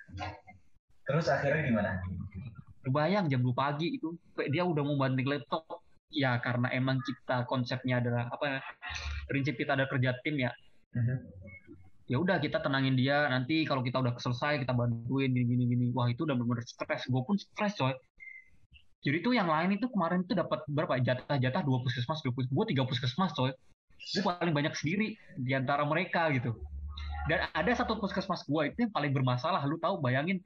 Terus akhirnya gimana? Bayang jam dua pagi itu kayak dia udah mau banting laptop. Ya karena emang kita konsepnya adalah apa ya, prinsip kita ada kerja tim ya. Mhm. Ya udah kita tenangin dia, nanti kalau kita udah selesai kita bantuin gini gini gini. Wah itu udah bener-bener stres, gue pun stres coy. Jadi tuh yang lain itu kemarin tuh dapat berapa jatah-jatah, dua puskesmas, dua puskesmas, gue tiga puskesmas coy. Gue paling banyak sendiri di antara mereka gitu. Dan ada satu puskesmas gue itu yang paling bermasalah, lu tahu bayangin.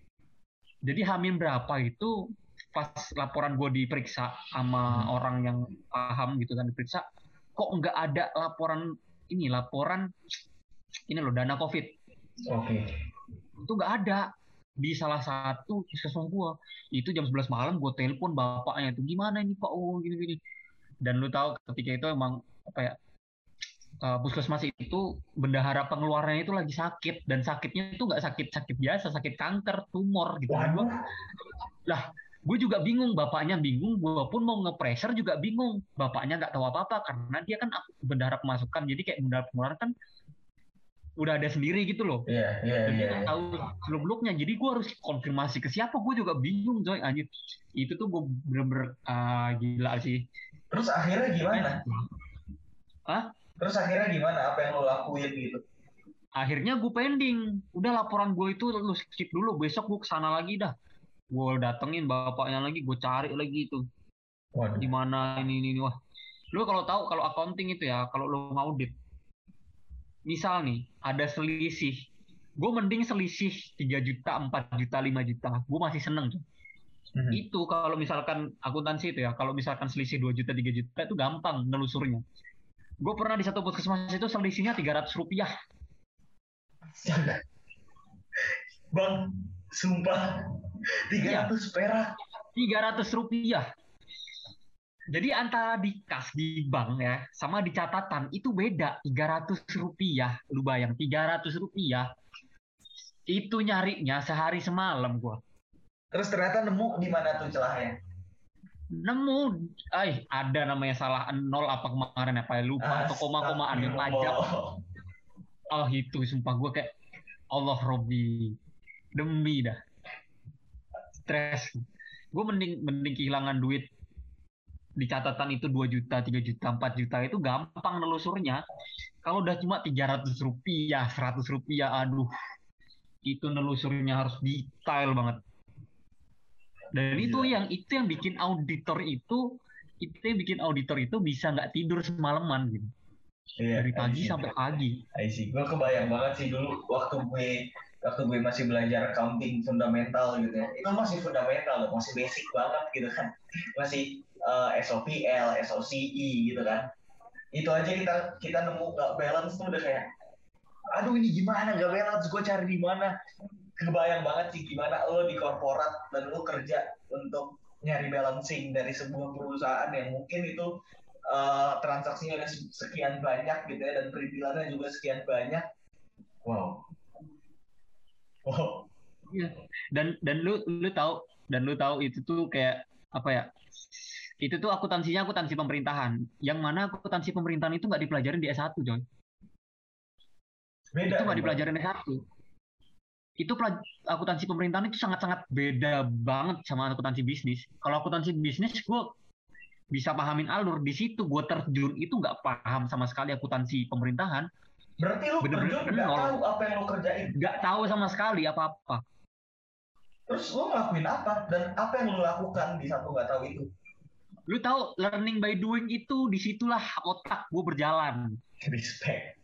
Jadi Hamin berapa itu pas laporan gue diperiksa sama orang yang paham gitu kan, diperiksa, kok nggak ada laporan ini, laporan ini loh dana COVID. Oke. Itu nggak ada di salah satu puskesmas gue. Itu jam sebelas malam gue telepon bapaknya itu, gimana ini Pak, oh gini gini. Dan lu tahu ketika itu emang apa ya, uh, puskesmas itu bendahara pengeluarannya itu lagi sakit, dan sakitnya itu nggak sakit sakit biasa, sakit kanker, tumor gitu. Dan gue Waduh. lah gue juga bingung, bapaknya bingung, gue pun mau nge-pressure juga bingung. Bapaknya nggak tahu apa-apa karena dia kan bendahara pemasukan, jadi kayak bendahara pengeluaran kan udah ada sendiri gitu loh. Iya, iya, Dan iya, dia nggak iya. tahu seluk-beluknya, jadi gue harus konfirmasi ke siapa, gue juga bingung coy anjir. Itu tuh gue bener-bener uh, gila sih. Terus akhirnya gimana? Hah? Terus akhirnya gimana? Apa yang lo lakuin gitu? Akhirnya gue pending, udah laporan gue itu lu skip dulu, besok gue kesana lagi dah. Gue datengin bapaknya lagi, gue cari lagi itu Waduh. di mana ini, ini ini wah. Lu kalau tahu kalau accounting itu ya, kalau lu ngaudit, misal nih ada selisih, gue mending selisih tiga juta, empat juta, lima juta, gue masih seneng tuh. Mhm. Itu kalau misalkan akuntansi itu ya, kalau misalkan selisih dua juta, tiga juta itu gampang nelusurnya. Gue pernah di satu puskesmas itu selisihnya tiga ratus rupiah. Bang, sumpah. tiga Iya, ratus perak. tiga ratus rupiah. Jadi antara di kas di bank ya sama di catatan itu beda tiga ratus rupiah. Lu bayang tiga ratus rupiah itu nyarinya sehari semalam gua. Terus ternyata nemu di mana tuh celahnya? Nemu, ay ada namanya salah nol apa kemarin apa ya lupa, atau koma-komaan yang pajak. Astagfirullah. Oh itu sumpah gua kayak Allah Robbi, demi dah stres. Gue mending mending kehilangan duit di catatan itu dua juta, tiga juta, empat juta itu gampang nelusurnya. Kalau udah cuma tiga ratus rupiah, seratus rupiah, aduh, itu nelusurnya harus detail banget. Dan itu Gila. yang itu yang bikin auditor itu, itu yang bikin auditor itu bisa nggak tidur semalaman gitu. Iya, Dari I pagi see. sampai pagi. I see. Gue kebayang banget sih dulu waktu gue waktu gue masih belajar accounting fundamental gitu ya. Itu masih fundamental loh, masih basic banget gitu kan. Masih uh, S O P L, S O C E gitu kan. Itu aja kita kita nemu nggak balance tuh udah kayak, aduh ini gimana nggak balance? Gue cari di mana? kebayang banget sih gimana lo di korporat dan lo kerja untuk nyari balancing dari sebuah perusahaan yang mungkin itu uh, transaksinya ada sekian banyak gitu ya dan perizilannya juga sekian banyak. Wow. Wow. Iya. Dan dan lu lu tahu dan lu tahu itu tuh kayak apa ya? Itu tuh akuntansinya akuntansi pemerintahan. Yang mana akuntansi pemerintahan itu nggak dipelajarin di S satu, coy. Beda Itu nggak nih, Bang. dipelajarin S satu. Itu pelaj- akuntansi pemerintahan itu sangat-sangat beda banget sama akuntansi bisnis. Kalau akuntansi bisnis gue bisa pahamin alur, di situ gue terjun itu nggak paham sama sekali akuntansi pemerintahan. Berarti lu Bener-bener terjun nggak nol. tahu apa yang lu kerjain. Nggak tahu sama sekali apa-apa. Terus lu ngelakuin apa dan apa yang lu lakukan di satu nggak tahu itu? Lu tahu learning by doing itu disitulah otak gue berjalan. Respect.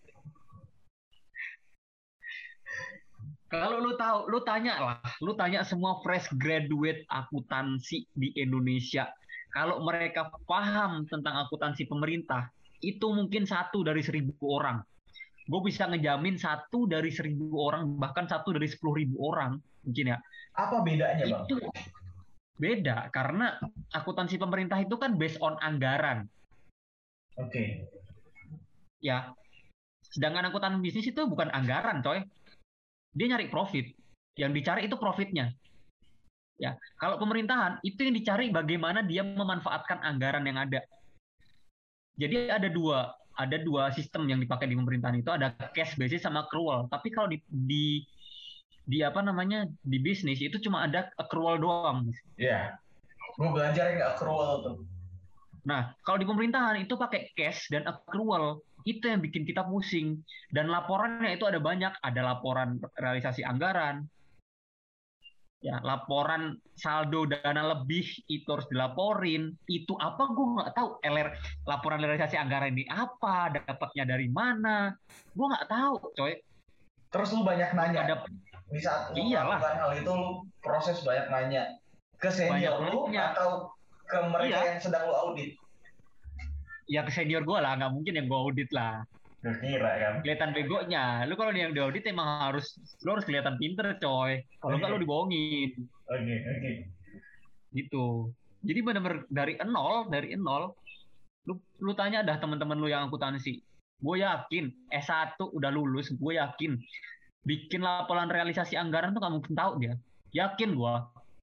Kalau lu tahu, lu tanya lah, lu tanya semua fresh graduate akuntansi di Indonesia. Kalau mereka paham tentang akuntansi pemerintah, itu mungkin satu dari seribu orang. Gue bisa ngejamin satu dari seribu orang, bahkan satu dari sepuluh ribu orang, mungkin ya. Apa bedanya, Bang? Itu beda, karena akuntansi pemerintah itu kan based on anggaran. Oke. Okay. Ya, sedangkan akuntan bisnis itu bukan anggaran, coy. Dia nyari profit. Yang dicari itu profitnya. Ya, kalau pemerintahan itu yang dicari bagaimana dia memanfaatkan anggaran yang ada. Jadi ada dua, ada dua sistem yang dipakai di pemerintahan itu, ada cash basis sama accrual. Tapi kalau di di di apa namanya di bisnis itu cuma ada accrual doang. Iya. Yeah. Gue belajar yang accrual tuh. Nah, kalau di pemerintahan itu pakai cash dan accrual. Itu yang bikin kita pusing. Dan laporannya itu ada banyak. Ada laporan realisasi anggaran. Ya, laporan saldo dana lebih itu harus dilaporin. Itu apa gue nggak tahu. L R, laporan realisasi anggaran ini apa? Dapatnya dari mana? Gue nggak tahu, coy. Terus lu banyak nanya. Ada, di saat lu iyalah. melakukan hal itu, lu proses banyak nanya. Ke senior lu atau ke mereka iya. yang sedang lu audit? Ya ke senior gue lah, nggak mungkin yang gue audit lah. Gue kira kan. Kelihatan begonya. Lu kalau yang di audit emang harus, lu harus kelihatan pinter, coy. Kalau nggak okay. lu dibohongin. Oke, okay, oke. Okay. Gitu. Jadi benar-benar dari nol, dari nol. Lu, lu tanya dah teman-teman lu yang akuntansi. Gue yakin S satu udah lulus, gue yakin bikin laporan realisasi anggaran tuh nggak mungkin tahu dia. Yakin gue.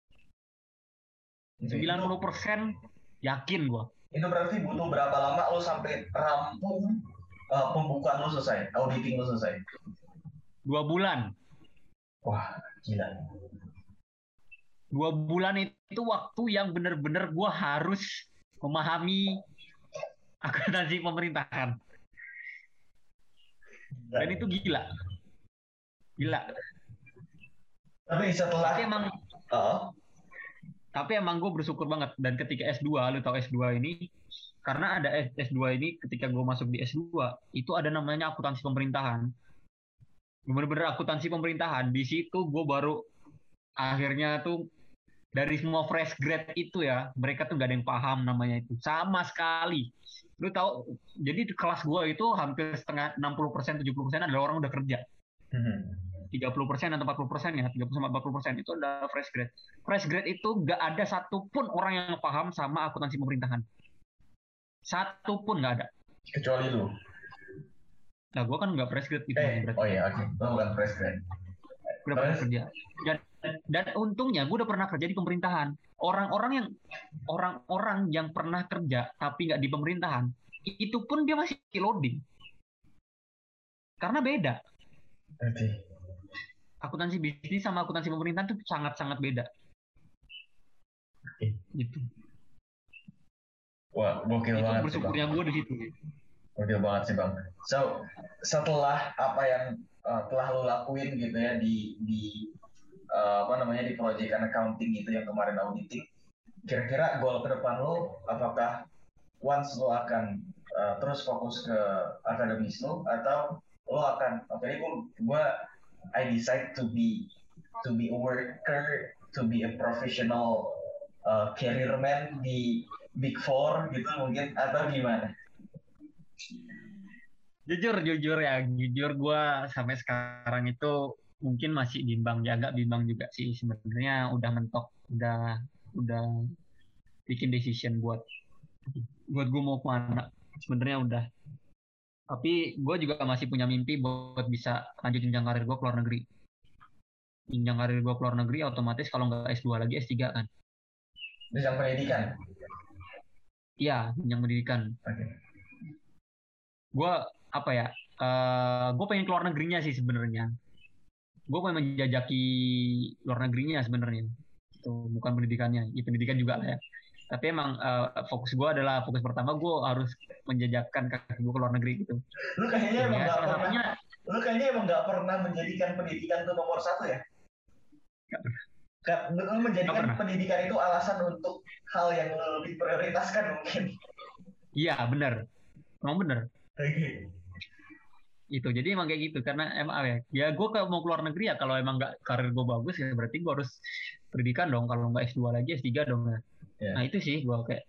sembilan puluh persen yakin gue. Itu berarti butuh berapa lama lo sampai rampung uh, pembukaan lo selesai, auditing lo selesai? Dua bulan. Wah, gila. Dua bulan itu waktu yang benar-benar gue harus memahami akuntansi pemerintahan. Dan itu gila. Gila. Tapi setelah... Tapi emang... Uh. Tapi emang gue bersyukur banget. Dan ketika S dua, lu tau S dua ini, karena ada S dua ini, ketika gue masuk di S dua, itu ada namanya akuntansi pemerintahan. Bener-bener akuntansi pemerintahan. Di situ gue baru akhirnya tuh, dari semua fresh grad itu ya, mereka tuh gak ada yang paham namanya itu. Sama sekali. Lu tau, jadi di kelas gue itu hampir setengah, enam puluh persen, tujuh puluh persen adalah orang udah kerja. tiga puluh persen atau empat puluh persen ya, tiga puluh sampai empat puluh persen itu adalah fresh grade. Fresh grade itu nggak ada satupun orang yang paham sama akuntansi pemerintahan. Satu pun nggak ada. Kecuali lu. Nah, gue kan nggak fresh grade gitu. Eh, oh iya, oke. Okay. Lu bukan fresh grade. Udah pernah kerja. Dan, dan untungnya gue udah pernah kerja di pemerintahan. Orang-orang yang orang-orang yang pernah kerja tapi nggak di pemerintahan, itu pun dia masih loading. Karena beda. Oke. Okay. Akuntansi bisnis sama akuntansi pemerintahan itu sangat-sangat beda. Okay. Gitu. Wah, gokil banget. Itu bersyukurnya gue di situ. Gokil banget sih, Bang. So, setelah apa yang uh, telah lo lakuin gitu ya di di uh, apa namanya di project accounting itu yang kemarin auditing, kira-kira goal ke depan lo apakah once lo akan uh, terus fokus ke akademis lo atau lo akan oke okay, gue I decide to be to be a worker, to be a professional uh, career man di Big Four gitu mungkin atau gimana? Jujur, jujur ya, jujur gue sampai sekarang itu mungkin masih bimbang ya, agak bimbang juga sih sebenarnya. Udah mentok, udah udah bikin decision buat buat gue mau kemana sebenarnya udah. Tapi gue juga masih punya mimpi buat bisa lanjut jenjang karir gue ke luar negeri. Jenjang karir gue ke luar negeri otomatis kalau nggak S dua lagi S tiga kan. Jenjang pendidikan. Iya, jenjang pendidikan. Oke. Okay. Gue apa ya? Uh, gue pengen keluar negerinya sih sebenarnya. Gue pengen menjajaki luar negerinya sebenarnya. Itu bukan pendidikannya. Ya pendidikan juga lah ya. Tapi emang uh, fokus gue adalah fokus pertama gue harus menjajakan kaki gue ke luar negeri gitu. Lu kayaknya emang ya, nggak pernah. Satunya, lu kayaknya emang nggak pernah menjadikan pendidikan itu nomor satu ya? Gak pernah. Lu menjadikan pendidikan itu alasan untuk hal yang lebih prioritaskan mungkin. Iya benar, emang benar. Oke. Okay. Itu jadi emang kayak gitu karena emang ya, ya gue mau keluar negeri ya kalau emang nggak karir gue bagus ya berarti gue harus pendidikan dong, kalau nggak S dua lagi S tiga dong ya. Yeah. Nah itu sih gue kayak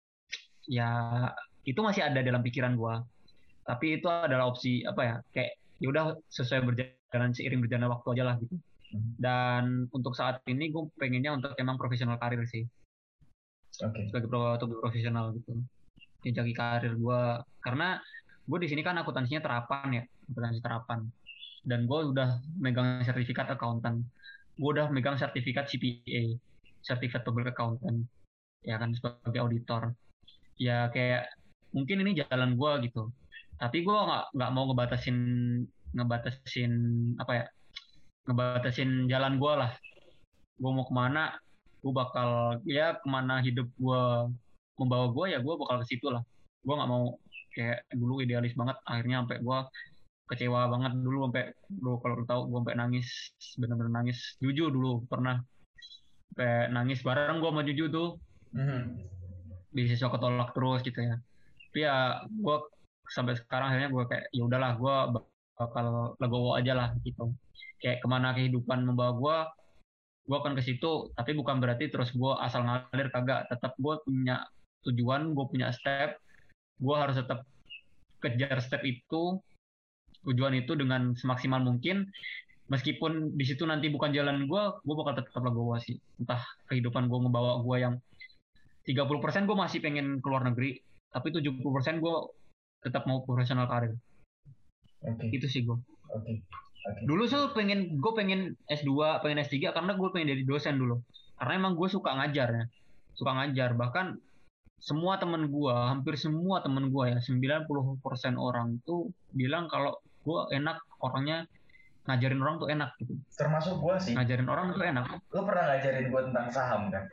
ya itu masih ada dalam pikiran gue, tapi itu adalah opsi apa ya, kayak ya udah sesuai berjalan seiring berjalan waktu aja lah gitu. Dan untuk saat ini gue pengennya untuk emang profesional karir sih. Oke. Okay. Sebagai pro, profesional gitu. Menjagi karir gue karena gue di sini kan akuntansinya terapan ya, akuntansi terapan. Dan gue udah megang sertifikat accountant. Gue udah megang sertifikat C P A, sertifikat public accountant. Ya kan sebagai auditor. Ya kayak mungkin ini jalan gue gitu. Tapi gue nggak nggak mau ngebatasin ngebatasin apa ya? ngebatasin jalan gue lah. Gue mau kemana, gue bakal ya kemana hidup gue membawa gue ya gue bakal ke situ lah. Gue nggak mau kayak dulu idealis banget, akhirnya sampai gue kecewa banget dulu sampai dulu kalau lu tahu gue sampai nangis, bener-bener nangis. Jujur dulu pernah sampai nangis bareng gue sama Juju tuh. Mm-hmm. Beasiswa ketolak terus gitu ya. Tapi ya gue sampai sekarang akhirnya gue kayak ya udahlah gue bakal legowo aja lah gitu. Kayak kemana kehidupan membawa gue, gue akan ke situ. Tapi bukan berarti terus gue asal ngalir, kagak. Tetap gue punya tujuan, gue punya step. Gue harus tetap kejar step itu, tujuan itu dengan semaksimal mungkin. Meskipun di situ nanti bukan jalan gue, gue bakal tetap legowo sih. Entah kehidupan gue ngebawa gue yang tiga puluh persen gue masih pengen keluar negeri, tapi tujuh puluh persen gue tetap mau profesional karir. Oke. Okay. Itu sih gue. Oke. Okay. Okay. Dulu sih pengen gue pengen S dua, pengen S tiga karena gue pengen jadi dosen dulu. Karena emang gue suka ngajar ya. Suka ngajar. Bahkan semua temen gue, hampir semua temen gue ya, sembilan puluh persen orang tuh bilang kalau gue enak orangnya, ngajarin orang tuh enak gitu. Termasuk gue sih. Ngajarin orang tuh enak. Lo pernah ngajarin gue tentang saham kan?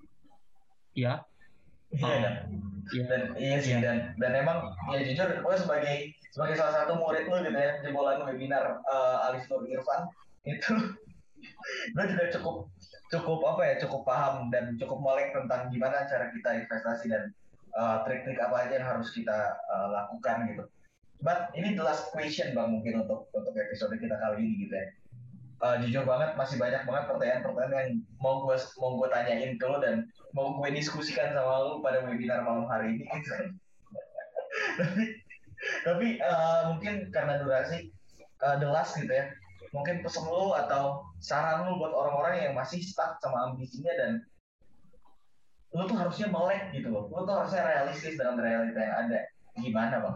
Iya. Iya oh. kan? Iya. Dan iya sih ya. dan dan emang ya jujur gue sebagai sebagai salah satu murid lo gitu ya, jebolan webinar uh, Alif Nur Irfan itu gue juga cukup cukup apa ya cukup paham dan cukup melek tentang gimana cara kita investasi dan uh, trik-trik apa aja yang harus kita uh, lakukan gitu. But ini the last question bang mungkin untuk untuk episode kita kali ini gitu ya. Uh, jujur banget masih banyak banget pertanyaan-pertanyaan yang mau gue mau gue tanyain ke lo dan mau gue diskusikan sama lo pada webinar malam hari ini gitu. tapi tapi uh, mungkin karena durasi uh, the last gitu ya. Mungkin pesan lo atau saran lo buat orang-orang yang masih stuck sama ambisinya dan lo tuh harusnya melek gitu loh. Lo tuh harusnya realistis dengan realita yang ada. Gimana bang?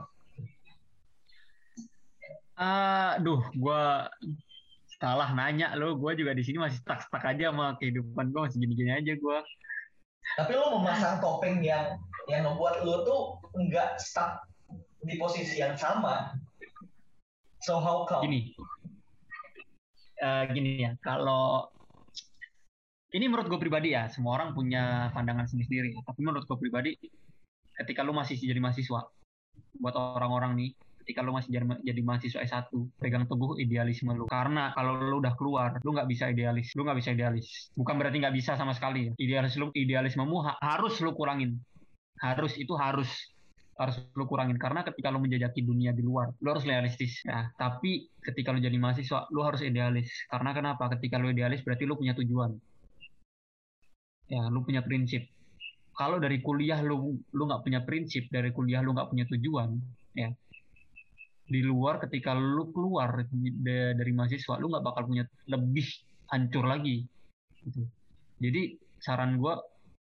Aduh, uh, gue salah nanya lo. Gue juga di sini masih stuck-stuck aja sama kehidupan gue, masih gini-gini aja gue. Tapi lo memasang topeng yang yang membuat lo tuh nggak stuck di posisi yang sama. So how come? Gini. Uh, gini ya, kalau ini menurut gue pribadi ya, semua orang punya pandangan sendiri-sendiri. Tapi menurut gue pribadi, ketika lu masih jadi mahasiswa, buat orang-orang nih, ketika lu masih jadi, jadi mahasiswa S satu, pegang teguh idealisme lu. Karena kalau lu udah keluar, lu nggak bisa idealis. Lu nggak bisa idealis. Bukan berarti nggak bisa sama sekali. Idealis lu, idealismemu ha- harus lu kurangin. Harus, itu harus. harus lu kurangin karena ketika lu menjajaki dunia di luar lu harus realistis ya, tapi ketika lu jadi mahasiswa lu harus idealis. Karena kenapa? Ketika lu idealis berarti lu punya tujuan ya, lu punya prinsip. Kalau dari kuliah lu lu nggak punya prinsip, dari kuliah lu nggak punya tujuan ya, di luar ketika lu keluar dari mahasiswa lu nggak bakal punya lebih hancur lagi gitu. Jadi saran gue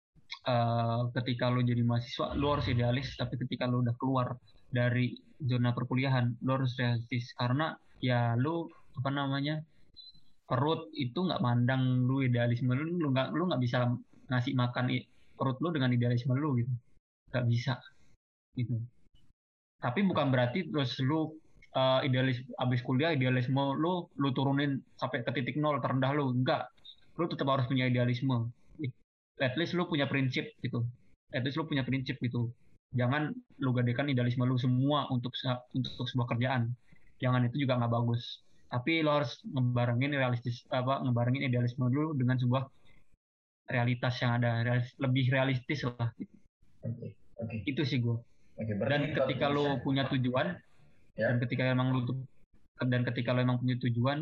uh, ketika lu jadi mahasiswa lu harus idealis, tapi ketika lu udah keluar dari zona perkuliahan lu harus realistis, karena ya lu apa namanya perut itu nggak mandang lu idealisme lu, lu nggak lu nggak bisa ngasih makan perut lu dengan idealisme lu gitu, nggak bisa gitu. Tapi bukan berarti terus lu uh, idealis abis kuliah idealisme lu lu turunin sampai ke titik nol terendah lu, enggak. Lu tetap harus punya idealisme. At least lu punya prinsip gitu. At least lu punya prinsip gitu. Jangan lu gadekan idealisme lu semua untuk untuk sebuah kerjaan. Jangan, itu juga nggak bagus. Tapi lo harus ngebarengin realistis apa ngebarengin idealisme lu dengan sebuah realitas yang ada, realis, lebih realistis lah gitu. Oke, oke. Itu sih gue. Oke, dan ketika lo punya tujuan ya. dan ketika emang lo dan ketika lo emang punya tujuan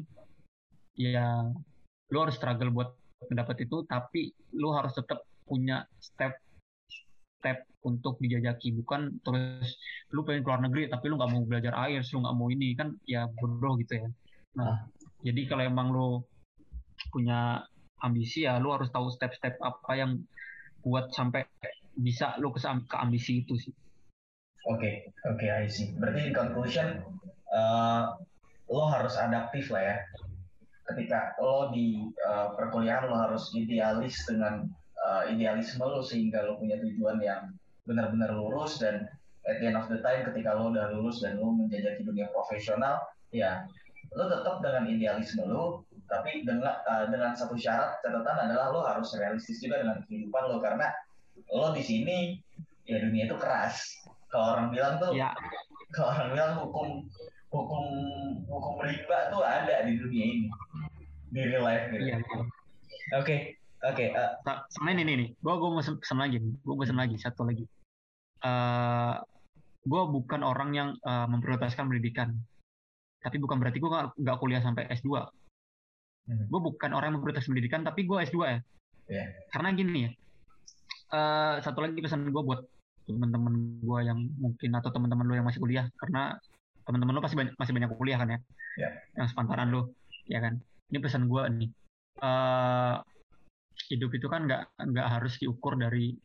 ya lo harus struggle buat mendapat itu, tapi lo harus tetap punya step step untuk dijajaki, bukan terus lo pengen keluar negeri tapi lo nggak mau belajar I E L T S, lo nggak mau ini kan ya bodoh gitu ya. Nah ah. jadi kalau emang lo punya ambisi ya lo harus tahu step-step apa yang buat sampai bisa lo ke, ke ambisi itu sih. Oke, okay, oke, okay, I see. Berarti in conclusion, uh, lo harus adaptif lah ya. Ketika lo di uh, perkuliahan, lo harus idealis dengan uh, idealisme lo sehingga lo punya tujuan yang benar-benar lurus, dan at the end of the time ketika lo udah lulus dan lo menjajaki dunia profesional, ya lo tetap dengan idealisme lo, tapi dengan uh, dengan satu syarat catatan adalah lo harus realistis juga dengan kehidupan lo, karena lo di sini ya dunia itu keras. Kalau orang bilang tuh, ya. kalau orang bilang hukum hukum hukum riba tuh ada di dunia ini, di real life gitu. Iya. Oke, oke. Sama ini nih, gue gue mau pesan lagi, gue pesan lagi satu lagi. Uh, gue bukan orang yang uh, memprioritaskan pendidikan, tapi bukan berarti gue nggak kuliah sampai S dua. Hmm. Gue bukan orang yang memprioritaskan pendidikan, tapi gue S dua ya. Yeah. Karena gini ya. Uh, satu lagi pesan gue buat teman-teman gue yang mungkin atau teman-teman lo yang masih kuliah, karena teman-teman lo pasti banyak, masih banyak kuliah kan ya, yeah. yang sepantaran lo ya kan. Ini pesan gue nih, uh, hidup itu kan nggak nggak harus diukur dari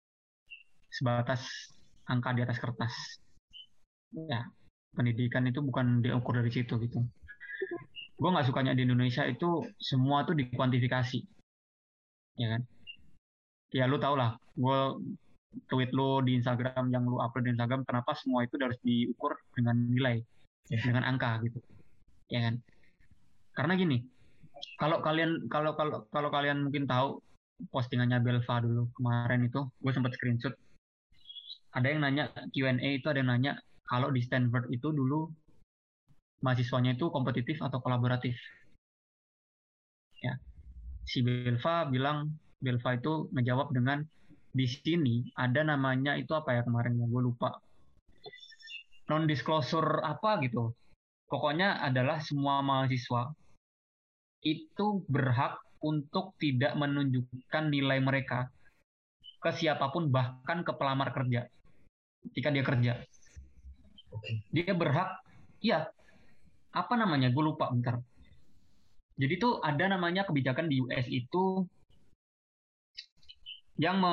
sebatas angka di atas kertas ya. Pendidikan itu bukan diukur dari situ gitu. Gue nggak sukanya di Indonesia itu semua tuh dikuantifikasi ya kan. Ya lo tau lah, gue tweet lo di Instagram yang lo upload di Instagram, kenapa semua itu harus diukur dengan nilai, yeah. dengan angka gitu, ya kan? Karena gini, kalau kalian kalau kalau kalau kalian mungkin tahu postingannya Belva dulu kemarin itu, gue sempat screenshot. Ada yang nanya Q and A itu, ada yang nanya kalau di Stanford itu dulu mahasiswanya itu kompetitif atau kolaboratif. Ya, si Belva bilang, Belva itu ngejawab dengan di sini ada namanya itu apa ya kemarin ya, gue lupa, non disclosure apa gitu, pokoknya adalah semua mahasiswa itu berhak untuk tidak menunjukkan nilai mereka ke siapapun, bahkan ke pelamar kerja ketika dia kerja. Dia berhak, ya apa namanya gue lupa bentar. Jadi tuh ada namanya kebijakan di U S itu yang me,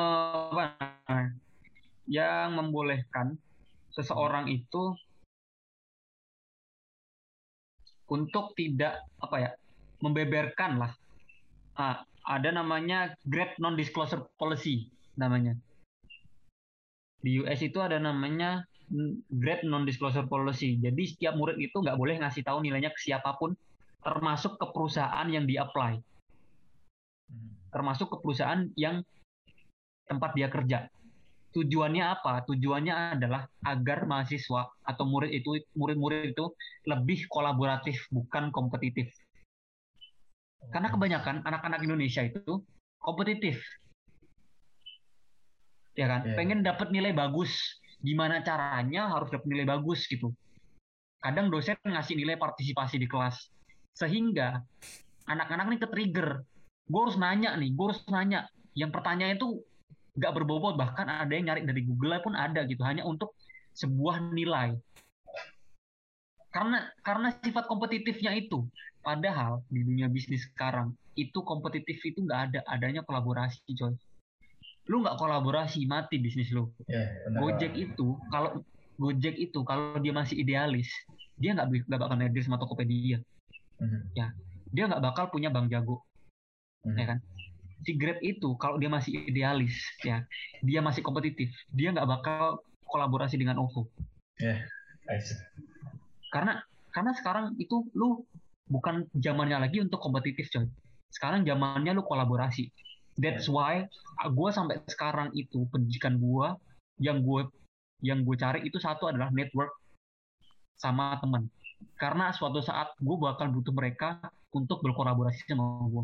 yang membolehkan seseorang itu untuk tidak apa ya membeberkan lah. Ah, ada namanya Great Non-Disclosure Policy namanya. Di U S itu ada namanya Great Non-Disclosure Policy. Jadi setiap murid itu nggak boleh ngasih tahu nilainya ke siapapun, termasuk ke perusahaan yang di-apply, termasuk ke perusahaan yang tempat dia kerja. Tujuannya apa? Tujuannya adalah agar mahasiswa atau murid itu, murid-murid itu lebih kolaboratif, bukan kompetitif. Karena kebanyakan anak-anak Indonesia itu kompetitif, ya kan? Yeah. Pengen dapat nilai bagus. Gimana caranya harus dapat nilai bagus gitu. Kadang dosen ngasih nilai partisipasi di kelas, sehingga anak-anak ini ke-trigger. Gue harus nanya nih, gue harus nanya. Yang pertanyaan itu nggak berbobot, bahkan ada yang nyari dari Google pun ada gitu, hanya untuk sebuah nilai. karena karena sifat kompetitifnya itu. Padahal di dunia bisnis sekarang itu kompetitif itu nggak ada, adanya kolaborasi, coy. Lu nggak kolaborasi mati bisnis lu. Ya, benar Gojek banget. itu kalau Gojek itu kalau dia masih idealis, dia nggak bi- nggak bakal nerdir sama Tokopedia. Mhm. Ya, dia nggak bakal punya Bank Jago, Mhm. ya kan? Si Grab itu kalau dia masih idealis, ya, dia masih kompetitif, dia nggak bakal kolaborasi dengan OVO. Ya, I see. Karena karena sekarang itu lu bukan zamannya lagi untuk kompetitif, coy. Sekarang zamannya lu kolaborasi. That's why gue sampai sekarang itu pendidikan gue yang gue yang gue cari itu satu adalah network sama teman. Karena suatu saat gue bakal butuh mereka untuk berkolaborasi sama gue.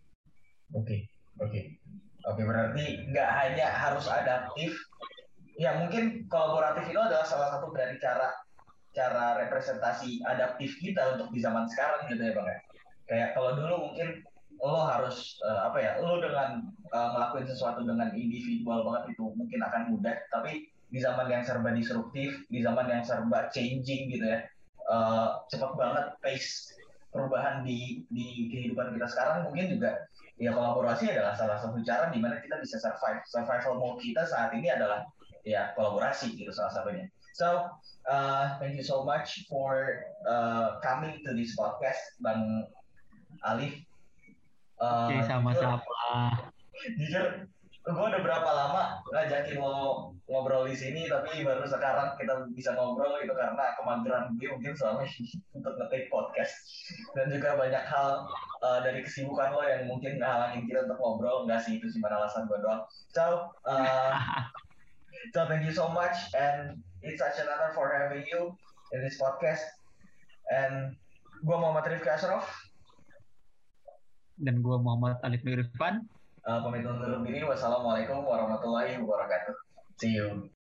Oke, oke. Oke, berarti nggak hanya harus adaptif. Ya, mungkin kolaboratif itu adalah salah satu dari cara cara representasi adaptif kita untuk di zaman sekarang gitu ya Bang ya. Kayak kalau dulu mungkin lo harus eh, apa ya, lo dengan eh, ngelakuin sesuatu dengan individual banget itu mungkin akan mudah, tapi di zaman yang serba disruptif, di zaman yang serba changing gitu ya, eh, cepat banget pace perubahan di di kehidupan kita sekarang, mungkin juga ya kolaborasi adalah salah satu cara di mana kita bisa survive. Survival mode kita saat ini adalah ya kolaborasi gitu salah satunya. So Uh, thank you so much for uh, coming to this podcast, Bang Alif. Oke, Uh, jujur, sama-sama. jujur, gue udah berapa lama ngajakin lo ngobrol di sini, tapi baru sekarang kita bisa ngobrol gitu karena kemageran gue mungkin selama ini untuk ngetik podcast dan juga banyak hal uh, dari kesibukan lo yang mungkin ngehalangin kita untuk ngobrol. Enggak sih, itu cuma alasan gue doang. So, uh, so thank you so much, and it's such an honor for having you in this podcast. And gue Muhammad Rifki Ashraf, Dan gue Muhammad Alif Nur Irfan. uh, pamit undur diri. Wassalamualaikum warahmatullahi wabarakatuh. See you.